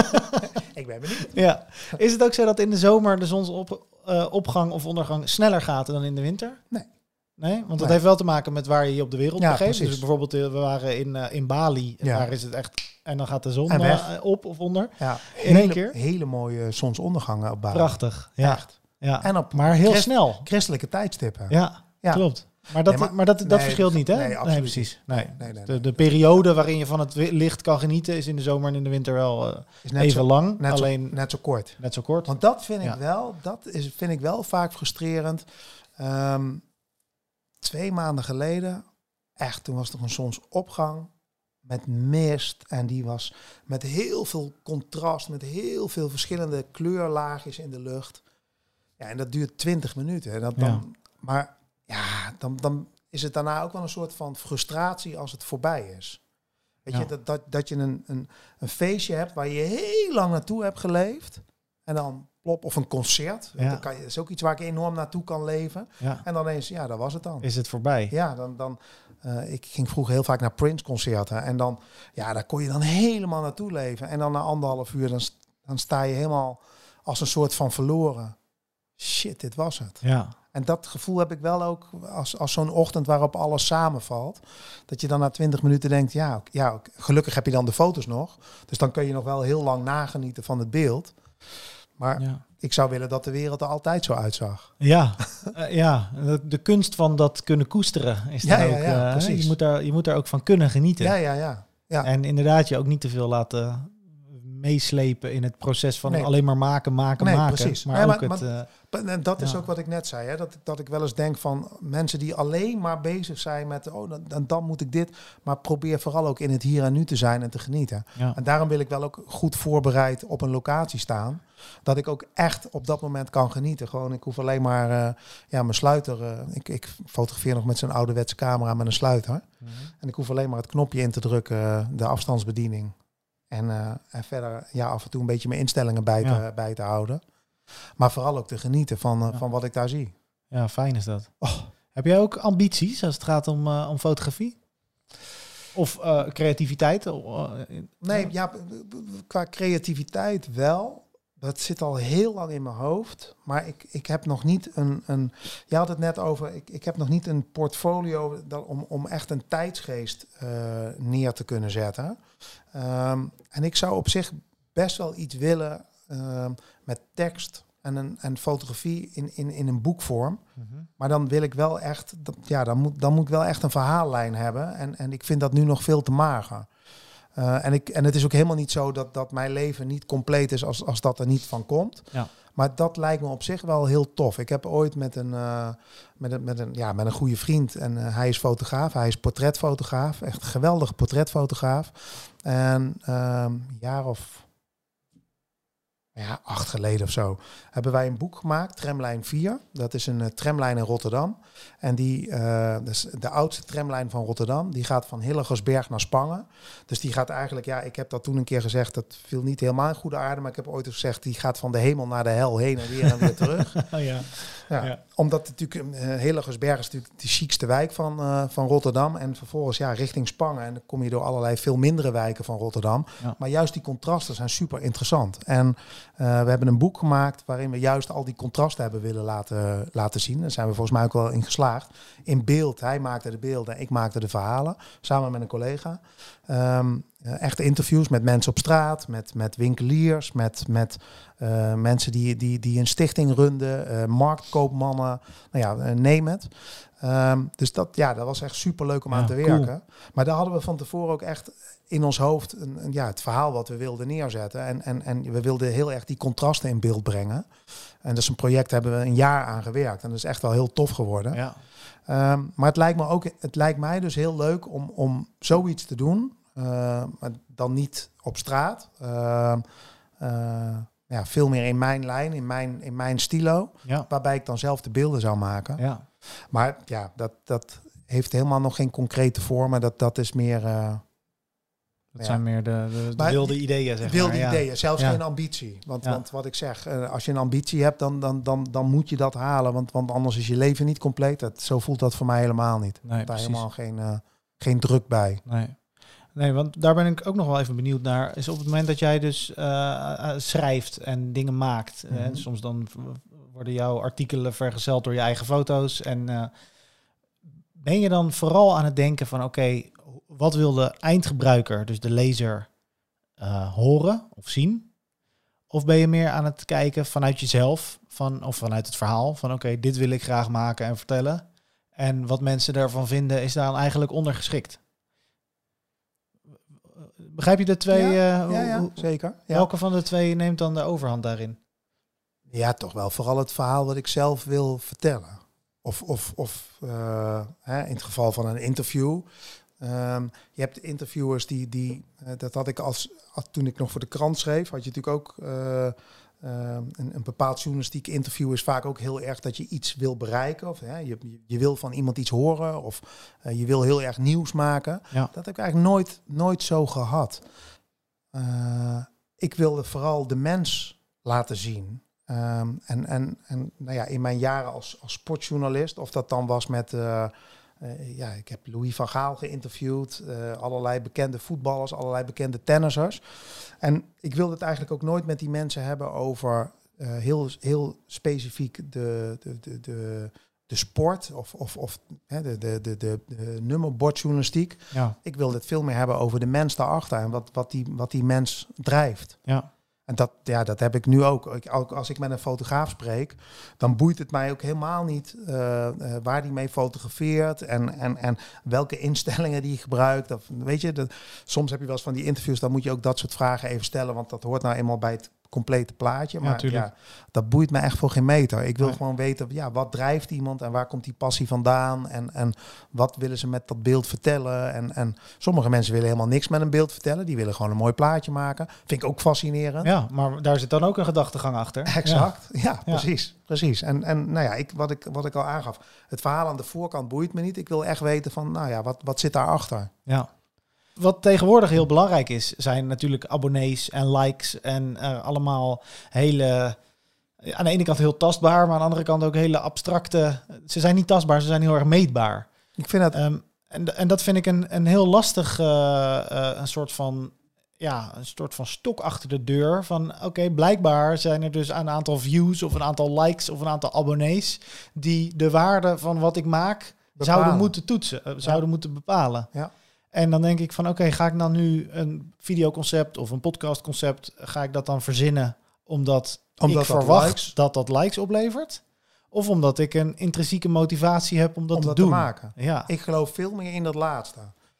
Ik ben benieuwd.
Ja. Is het ook zo dat in de zomer de zonsopgang uh, of ondergang sneller gaat dan in de winter?
Nee.
Nee, want dat
nee.
heeft wel te maken met waar je je op de wereld
ja,
begeeft.
Precies.
Dus bijvoorbeeld, uh, we waren in, uh, in Bali. En
ja.
daar is het echt... En dan gaat de zon uh, op of onder.
Ja,
in één
hele,
keer.
Hele mooie zonsondergangen op Bali.
Prachtig. Ja.
Echt.
Ja.
En op
maar heel
christ,
snel.
Christelijke tijdstippen.
Ja, ja. klopt. Maar dat, nee, maar, maar dat, dat nee, verschilt niet, hè?
Nee,
nee precies. Nee.
Nee, nee, nee,
de, de periode waarin je van het licht kan genieten is in de zomer en in de winter wel uh,
is net
even
zo,
lang.
Net,
alleen
zo, net zo kort.
Net zo kort.
Want dat vind ik
ja.
wel, dat is, vind ik wel vaak frustrerend. Um, twee maanden geleden, echt, toen was er een zonsopgang met mist. En die was met heel veel contrast, met heel veel verschillende kleurlaagjes in de lucht. Ja, en dat duurt twintig minuten. Dat dan, ja. Maar ja, dan, dan is het daarna ook wel een soort van frustratie als het voorbij is. Weet ja. je, dat, dat, dat je een, een, een feestje hebt waar je heel lang naartoe hebt geleefd. En dan plop, of een concert. Ja. Dat, kan je, dat is ook iets waar ik enorm naartoe kan leven.
Ja.
En dan eens, ja, dat was het dan.
Is het voorbij?
Ja, dan... dan uh, ik ging vroeger heel vaak naar Prince-concerten. En dan, ja, daar kon je dan helemaal naartoe leven. En dan na anderhalf uur, dan, dan sta je helemaal als een soort van verloren. Shit, dit was het.
Ja.
En dat gevoel heb ik wel ook als, als zo'n ochtend waarop alles samenvalt. Dat je dan na twintig minuten denkt, ja, ja, gelukkig heb je dan de foto's nog. Dus dan kun je nog wel heel lang nagenieten van het beeld. Maar ja. ik zou willen dat de wereld er altijd zo uitzag.
Ja, uh, ja. De, de kunst van dat kunnen koesteren is
ja,
dan
ja,
ook.
ja,
uh,
precies.
Je moet, daar, je moet daar ook van kunnen genieten.
Ja, ja, ja. ja.
En inderdaad je ook niet te veel laten meeslepen in het proces van nee. alleen maar maken, maken,
nee,
maken.
Precies.
Maar,
nee,
ook
maar,
het...
Maar, uh, en dat is ja. ook wat ik net zei. Hè? Dat, dat ik wel eens denk van mensen die alleen maar bezig zijn met... oh, dan, dan moet ik dit. Maar probeer vooral ook in het hier en nu te zijn en te genieten.
Ja.
En daarom wil ik wel ook goed voorbereid op een locatie staan. Dat ik ook echt op dat moment kan genieten. Gewoon, ik hoef alleen maar uh, ja, mijn sluiter... Uh, ik, ik fotografeer nog met zo'n ouderwetse camera met een sluiter. Mm-hmm. En ik hoef alleen maar het knopje in te drukken, uh, de afstandsbediening. En, uh, en verder ja, af en toe een beetje mijn instellingen bij te, ja. bij te houden. Maar vooral ook te genieten van, uh, ja. van wat ik daar zie.
Ja, fijn is dat. Oh. Heb jij ook ambities als het gaat om, uh, om fotografie? Of uh, creativiteit? Uh,
nee, ja, qua creativiteit wel. Dat zit al heel lang in mijn hoofd. Maar ik, ik heb nog niet een... een je had het net over... Ik, ik heb nog niet een portfolio dat, om, om echt een tijdsgeest uh, neer te kunnen zetten. Um, en ik zou op zich best wel iets willen uh, met tekst en, een, en fotografie in, in, in een boekvorm. Mm-hmm. Maar dan wil ik wel echt... Dat, ja, dan moet, dan moet ik wel echt een verhaallijn hebben. En, en ik vind dat nu nog veel te mager. Uh, en, ik, en het is ook helemaal niet zo dat, dat mijn leven niet compleet is als, als dat er niet van komt.
Ja.
Maar dat lijkt me op zich wel heel tof. Ik heb ooit met een, uh, met een, met een, ja, met een goede vriend, en uh, hij is fotograaf, hij is portretfotograaf, echt een geweldige portretfotograaf. En uh, een jaar of ja, acht geleden of zo, hebben wij een boek gemaakt, Tramlijn vier. Dat is een uh, tramlijn in Rotterdam. En die, uh, dus de oudste tramlijn van Rotterdam, die gaat van Hillegersberg naar Spangen. Dus die gaat eigenlijk, ja, ik heb dat toen een keer gezegd, dat viel niet helemaal in goede aarde, maar ik heb ooit gezegd, die gaat van de hemel naar de hel, heen en weer en weer terug.
Oh, ja.
Ja,
Ja.
Omdat natuurlijk, uh, Hillegersberg is natuurlijk de chicste wijk van, uh, van Rotterdam. En vervolgens ja, richting Spangen. En dan kom je door allerlei veel mindere wijken van Rotterdam.
Ja.
Maar juist die contrasten zijn super interessant. En uh, we hebben een boek gemaakt waarin we juist al die contrasten hebben willen laten, laten zien. Daar zijn we volgens mij ook wel in geslaagd. In beeld, hij maakte de beelden, ik maakte de verhalen. Samen met een collega. Um, uh, echte interviews met mensen op straat, met, met winkeliers, met, met uh, mensen die, die, die een stichting runden, uh, marktkoopmannen, nou ja, uh, neem het. Um, dus dat, ja, dat was echt superleuk om
Ja,
aan te
cool.
werken. Maar daar hadden we van tevoren ook echt in ons hoofd een, een, ja, het verhaal wat we wilden neerzetten. En, en, en we wilden heel erg die contrasten in beeld brengen. En dat is een project, daar hebben we een jaar aan gewerkt. En dat is echt wel heel tof geworden.
Ja.
Um, maar het lijkt me ook, het lijkt mij dus heel leuk om, om zoiets te doen. Uh, maar dan niet op straat. Uh, uh, ja, veel meer in mijn lijn, in mijn, in mijn stilo.
Ja.
Waarbij ik dan zelf de beelden zou maken.
Ja.
Maar ja, dat, dat heeft helemaal nog geen concrete vormen. Dat, dat is meer... Uh,
Dat
ja.
zijn meer de, de, de
Maar
wilde ideeën, zeg
wilde
maar. Ja.
ideeën, zelfs
Ja.
geen ambitie. Want,
Ja.
want wat ik zeg, uh, als je een ambitie hebt, dan, dan, dan, dan moet je dat halen. Want, want anders is je leven niet compleet. Dat, zo voelt dat voor mij helemaal niet.
Nee,
Daar
precies.
helemaal geen, uh, geen druk bij.
Nee. Nee, want daar ben ik ook nog wel even benieuwd naar. Is op het moment dat jij dus uh, uh, schrijft en dingen maakt.
Mm-hmm.
Hè, soms dan worden jouw artikelen vergezeld door je eigen foto's. En uh, ben je dan vooral aan het denken van oké, okay, wat wil de eindgebruiker, dus de lezer, uh, horen of zien? Of ben je meer aan het kijken vanuit jezelf van, of vanuit het verhaal van oké, okay, dit wil ik graag maken en vertellen. En wat mensen daarvan vinden is daar eigenlijk ondergeschikt. Begrijp je de twee?
Ja,
uh,
ja, ja,
hoe,
zeker. Ja.
Welke van de twee neemt dan de overhand daarin?
Ja, toch wel. Vooral het verhaal wat ik zelf wil vertellen. Of, of, of uh, hè, in het geval van een interview. Um, je hebt interviewers die, die uh, dat had ik als, als toen ik nog voor de krant schreef, had je natuurlijk ook uh, uh, een, een bepaald journalistiek interview is vaak ook heel erg dat je iets wil bereiken. Of hè, je, je wil van iemand iets horen of uh, je wil heel erg nieuws maken.
Ja.
Dat heb ik eigenlijk nooit, nooit zo gehad. Uh, ik wilde vooral de mens laten zien. Um, en en, en nou ja, in mijn jaren als, als sportjournalist, of dat dan was met... Uh, Uh, ja, ik heb Louis van Gaal geïnterviewd, uh, allerlei bekende voetballers, allerlei bekende tennissers. En ik wilde het eigenlijk ook nooit met die mensen hebben over uh, heel, heel specifiek de, de, de, de, de sport of, of, of hè, de, de, de, de, de nummerbordjournalistiek.
Ja.
Ik wilde het veel meer hebben over de mens daarachter en wat, wat, die, wat die mens drijft.
Ja.
En dat, ja, dat heb ik nu ook. Ik, ook. Als ik met een fotograaf spreek, dan boeit het mij ook helemaal niet uh, uh, waar die mee fotografeert en, en, en welke instellingen die gebruikt. Of, weet je, dat, soms heb je wel eens van die interviews, dan moet je ook dat soort vragen even stellen, want dat hoort nou eenmaal bij het complete plaatje. Maar ja, ja, dat boeit me echt voor geen meter. Ik wil nee. gewoon weten, ja, wat drijft iemand en waar komt die passie vandaan en, en wat willen ze met dat beeld vertellen. En, en sommige mensen willen helemaal niks met een beeld vertellen. Die willen gewoon een mooi plaatje maken. Vind ik ook fascinerend.
Ja, maar daar zit dan ook een gedachtegang achter.
Exact. Ja, ja,
ja.
precies. precies. En, en nou ja, ik, wat, ik, wat ik al aangaf, het verhaal aan de voorkant boeit me niet. Ik wil echt weten van, nou ja, wat, wat zit daarachter?
Ja. Wat tegenwoordig heel belangrijk is, zijn natuurlijk abonnees en likes en uh, allemaal hele, aan de ene kant heel tastbaar, maar aan de andere kant ook hele abstracte. Ze zijn niet tastbaar, ze zijn heel erg meetbaar.
Ik vind dat...
Um, en, en dat vind ik een, een heel lastig, uh, uh, een soort van, ja, een soort van stok achter de deur. Van oké, okay, blijkbaar zijn er dus een aantal views of een aantal likes of een aantal abonnees die de waarde van wat ik maak bepalen. zouden moeten toetsen, uh, zouden ja. moeten bepalen.
Ja.
En dan denk ik van oké, okay, ga ik dan nu een videoconcept of een podcastconcept, ga ik dat dan verzinnen omdat, omdat ik dat verwacht likes. dat dat likes oplevert? Of omdat ik een intrinsieke motivatie heb om dat,
om
te,
dat
doen.
te maken?
Ja.
Ik geloof veel meer in dat laatste.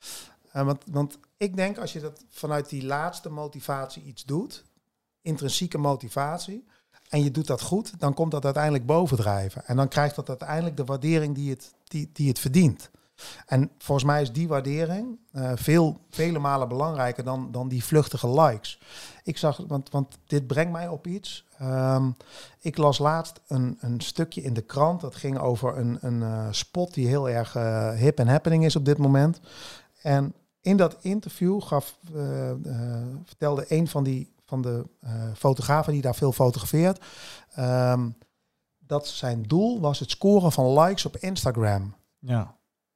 Uh, want, want ik denk als je dat vanuit die laatste motivatie iets doet, intrinsieke motivatie, en je doet dat goed, dan komt dat uiteindelijk bovendrijven. En dan krijgt dat uiteindelijk de waardering die het, die, die het verdient. En volgens mij is die waardering uh, veel, vele malen belangrijker dan, dan die vluchtige likes. Ik zag, want, want dit brengt mij op iets. Um, ik las laatst een, een stukje in de krant. Dat ging over een, een uh, spot die heel erg uh, hip en happening is op dit moment. En in dat interview gaf, uh, uh, vertelde een van, die, van de uh, fotografen die daar veel fotografeert, um, dat zijn doel was het scoren van likes op Instagram.
Ja.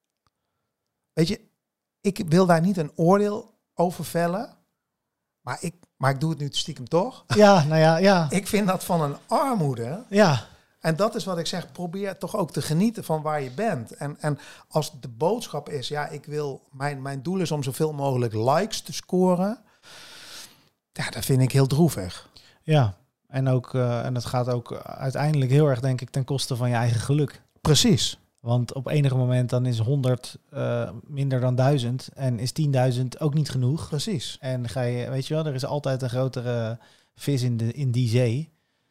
Weet je, ik wil daar niet een oordeel over vellen, maar ik, maar ik doe het nu stiekem toch.
Ja, nou ja, ja.
Ik vind dat van een armoede.
Ja.
En dat is wat ik zeg, probeer toch ook te genieten van waar je bent. En, en als de boodschap is, ja, ik wil, mijn, mijn doel is om zoveel mogelijk likes te scoren. Ja, dat vind ik heel droevig.
Ja, en, ook, uh, en dat gaat ook uiteindelijk heel erg, denk ik, ten koste van je eigen geluk.
Precies.
Want op enig moment dan is honderd uh, minder dan duizend en is tienduizend ook niet genoeg.
Precies.
En ga je, weet je wel, er is altijd een grotere vis in, de, in die zee.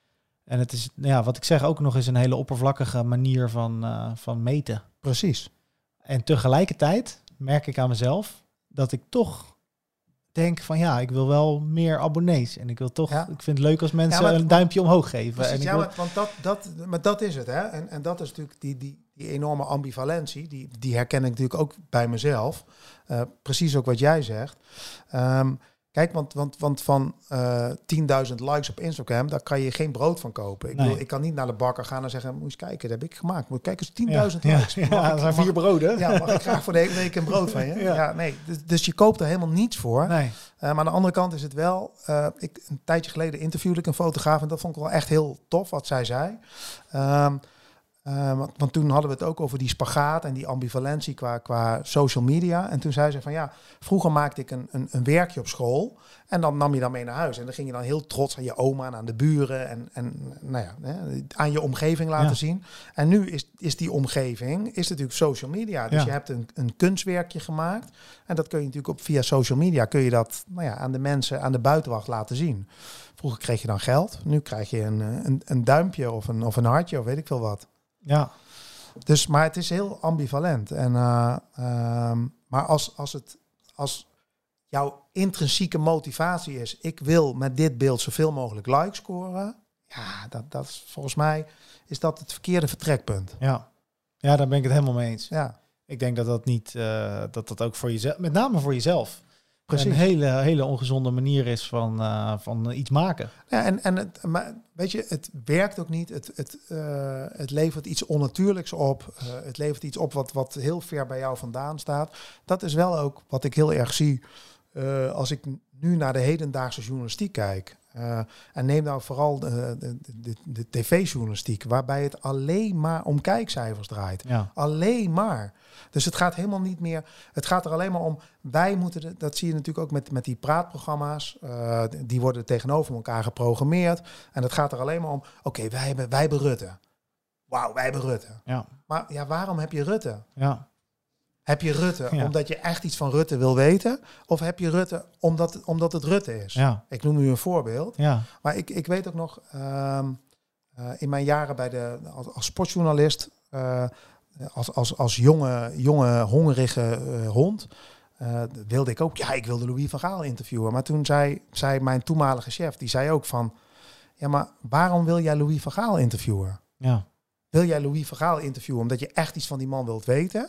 En het is, ja, wat ik zeg, ook nog eens een hele oppervlakkige manier van, uh, van meten.
Precies.
En tegelijkertijd merk ik aan mezelf dat ik toch denk van ja, ik wil wel meer abonnees. En ik wil toch, ja. ik vind het leuk als mensen ja, maar, een duimpje omhoog geven.
Precies,
en ik
ja,
wil...
maar, want dat, dat, maar dat is het, hè. En, en dat is natuurlijk die, die, die enorme ambivalentie. Die, die herken ik natuurlijk ook bij mezelf. Uh, precies ook wat jij zegt. Um, Kijk, want, want, want van uh, tienduizend likes op Instagram, daar kan je geen brood van kopen. Ik,
nee.
bedoel, ik kan niet naar de bakker gaan en zeggen, moet eens kijken, dat heb ik gemaakt. Moet kijken, eens tienduizend
ja,
likes.
Ja, ja, dat zijn vier broden.
Ja, mag ik graag voor de hele week een brood van je? Ja, ja nee. Dus, dus je koopt er helemaal niets voor.
Nee.
Uh, maar aan de andere kant is het wel, uh, ik, een tijdje geleden interviewde ik een fotograaf en dat vond ik wel echt heel tof wat zij zei. Um, Uh, want, want toen hadden we het ook over die spagaat en die ambivalentie qua, qua social media. En toen zei ze van ja, vroeger maakte ik een, een, een werkje op school. En dan nam je dan mee naar huis. En dan ging je dan heel trots aan je oma en aan de buren. En, en nou ja, hè, aan je omgeving laten ja. zien. En nu is, is die omgeving is natuurlijk social media. Dus ja. je hebt een, een kunstwerkje gemaakt. En dat kun je natuurlijk op via social media kun je dat nou ja, aan de mensen, aan de buitenwacht laten zien. Vroeger kreeg je dan geld. Nu krijg je een, een, een duimpje of een, of een hartje of weet ik veel wat.
Ja.
Dus, maar het is heel ambivalent. En, uh, um, maar als, als, het, als jouw intrinsieke motivatie is, ik wil met dit beeld zoveel mogelijk likes scoren, ja, dat, dat is, volgens mij is dat het verkeerde vertrekpunt.
Ja, ja, daar ben ik het helemaal mee eens.
Ja.
Ik denk dat dat niet, uh, dat dat ook voor jezelf, met name voor jezelf,
precies.
een hele, hele ongezonde manier is van, uh, van iets maken.
Ja, en, en het, maar weet je, het werkt ook niet. Het, het, uh, het levert iets onnatuurlijks op. Uh, het levert iets op wat, wat heel ver bij jou vandaan staat. Dat is wel ook wat ik heel erg zie uh, als ik nu naar de hedendaagse journalistiek kijk. Uh, en neem nou vooral de, de, de, de tv-journalistiek, waarbij het alleen maar om kijkcijfers draait.
Ja.
Alleen maar. Dus het gaat helemaal niet meer. Het gaat er alleen maar om. Wij moeten, de, dat zie je natuurlijk ook met, met die praatprogramma's. Uh, die worden tegenover elkaar geprogrammeerd. En het gaat er alleen maar om. Oké, okay, wij hebben, wij hebben Rutte. Wauw, wij hebben Rutte.
Ja.
Maar ja, waarom heb je Rutte?
Ja.
Heb je Rutte
ja.
omdat je echt iets van Rutte wil weten? Of heb je Rutte omdat, omdat het Rutte is?
Ja.
Ik noem nu een voorbeeld.
Ja.
Maar ik, ik weet ook nog, um, uh, in mijn jaren bij de, als, als sportjournalist, uh, als, als, als jonge, jonge hongerige uh, hond, uh, wilde ik ook, ja, ik wilde Louis van Gaal interviewen. Maar toen zei, zei mijn toenmalige chef, die zei ook van, ja, maar waarom wil jij Louis van Gaal interviewen?
Ja.
Wil jij Louis van Gaal interviewen omdat je echt iets van die man wilt weten?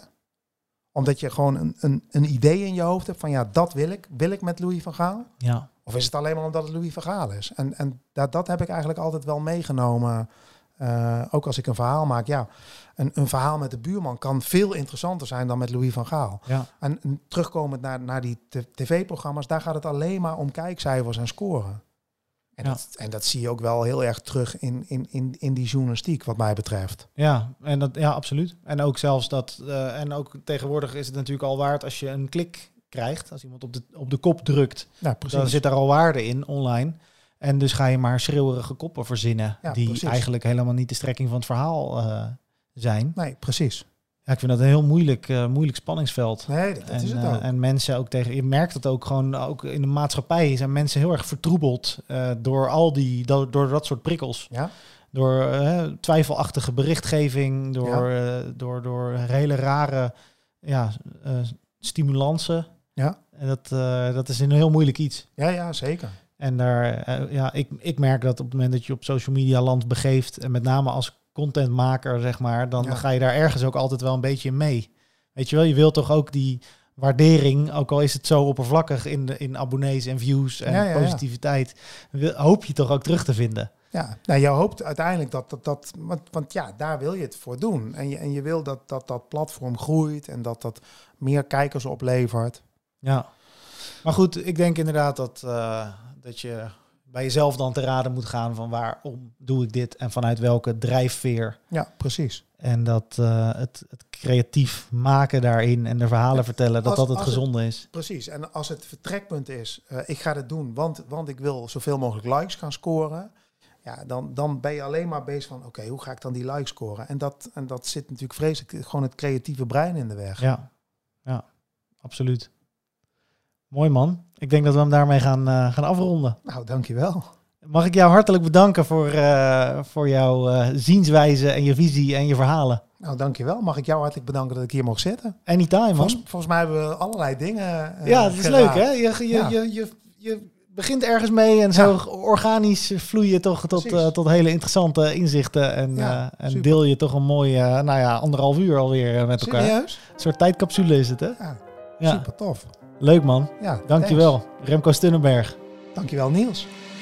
Omdat je gewoon een, een, een idee in je hoofd hebt van ja, dat wil ik. Wil ik met Louis van Gaal?
Ja.
Of is het alleen maar omdat het Louis van Gaal is? En, en dat, dat heb ik eigenlijk altijd wel meegenomen. Uh, ook als ik een verhaal maak. Ja, een, een verhaal met de buurman kan veel interessanter zijn dan met Louis van Gaal.
Ja.
En, en terugkomend naar, naar die tv-programma's, daar gaat het alleen maar om kijkcijfers en scoren. En,
ja.
dat, en dat zie je ook wel heel erg terug in, in, in, in die journalistiek, wat mij betreft.
Ja, en dat, ja, absoluut. En ook zelfs dat, uh, en ook tegenwoordig is het natuurlijk al waard als je een klik krijgt, als iemand op de, op de kop drukt,
ja,
dan zit daar al waarde in online. En dus ga je maar schreeuwerige koppen verzinnen, ja, die precies. eigenlijk helemaal niet de strekking van het verhaal uh, zijn.
Nee, precies.
Ja, ik vind dat een heel moeilijk, uh, moeilijk spanningsveld.
Nee, dat, dat
en,
is het
uh,
ook.
En mensen ook tegen... Je merkt het ook gewoon, ook in de maatschappij zijn mensen heel erg vertroebeld uh, door al die, door, door dat soort prikkels.
Ja.
Door uh, twijfelachtige berichtgeving, door,
Ja.
uh, door, door hele rare ja, uh, stimulansen.
Ja.
En dat, uh, dat is een heel moeilijk iets.
Ja, ja, zeker.
En daar, uh, ja, ik, ik merk dat op het moment dat je op social media land begeeft, en met name als contentmaker, zeg maar, dan
Ja.
ga je daar ergens ook altijd wel een beetje in mee. Weet je wel, je wilt toch ook die waardering, ook al is het zo oppervlakkig in, de, in abonnees en views en
Ja, ja, ja.
positiviteit, wil, hoop je toch ook terug te vinden.
Ja, nou, je hoopt uiteindelijk dat dat, dat want, want ja, daar wil je het voor doen. En je, en je wil dat, dat dat platform groeit en dat dat meer kijkers oplevert.
Ja, maar goed, ik denk inderdaad dat, uh, dat je bij jezelf dan te raden moet gaan van waarom doe ik dit en vanuit welke drijfveer.
Ja, precies.
En dat uh, het, het creatief maken daarin en de verhalen ja, vertellen, dat als, dat het gezonde het, is.
Precies, en als het vertrekpunt is, uh, ik ga dit doen, want, want ik wil zoveel mogelijk likes gaan scoren. Ja, dan, dan ben je alleen maar bezig van, oké, okay, hoe ga ik dan die likes scoren? En dat, en dat zit natuurlijk vreselijk gewoon het creatieve brein in de weg.
Ja, ja, absoluut. Mooi man. Ik denk dat we hem daarmee gaan, uh, gaan afronden.
Nou, dankjewel.
Mag ik jou hartelijk bedanken voor, uh, voor jouw uh, zienswijze en je visie en je verhalen.
Nou, dankjewel. Mag ik jou hartelijk bedanken dat ik hier mocht zitten.
Anytime, man.
Volgens, volgens mij hebben we allerlei dingen uh,
Ja, dat is
geraakt.
leuk, hè? Je, je, ja. je, je, je begint ergens mee en zo ja. organisch vloei je toch tot, uh, tot hele interessante inzichten. En, ja, uh, en deel je toch een mooie, uh, nou ja, anderhalf uur alweer uh, met elkaar.
Serieus?
Een soort tijdcapsule is het, hè?
Ja,
ja.
super tof.
Leuk, man.
Ja,
dankjewel. Remco Stunnenberg.
Dankjewel, Niels.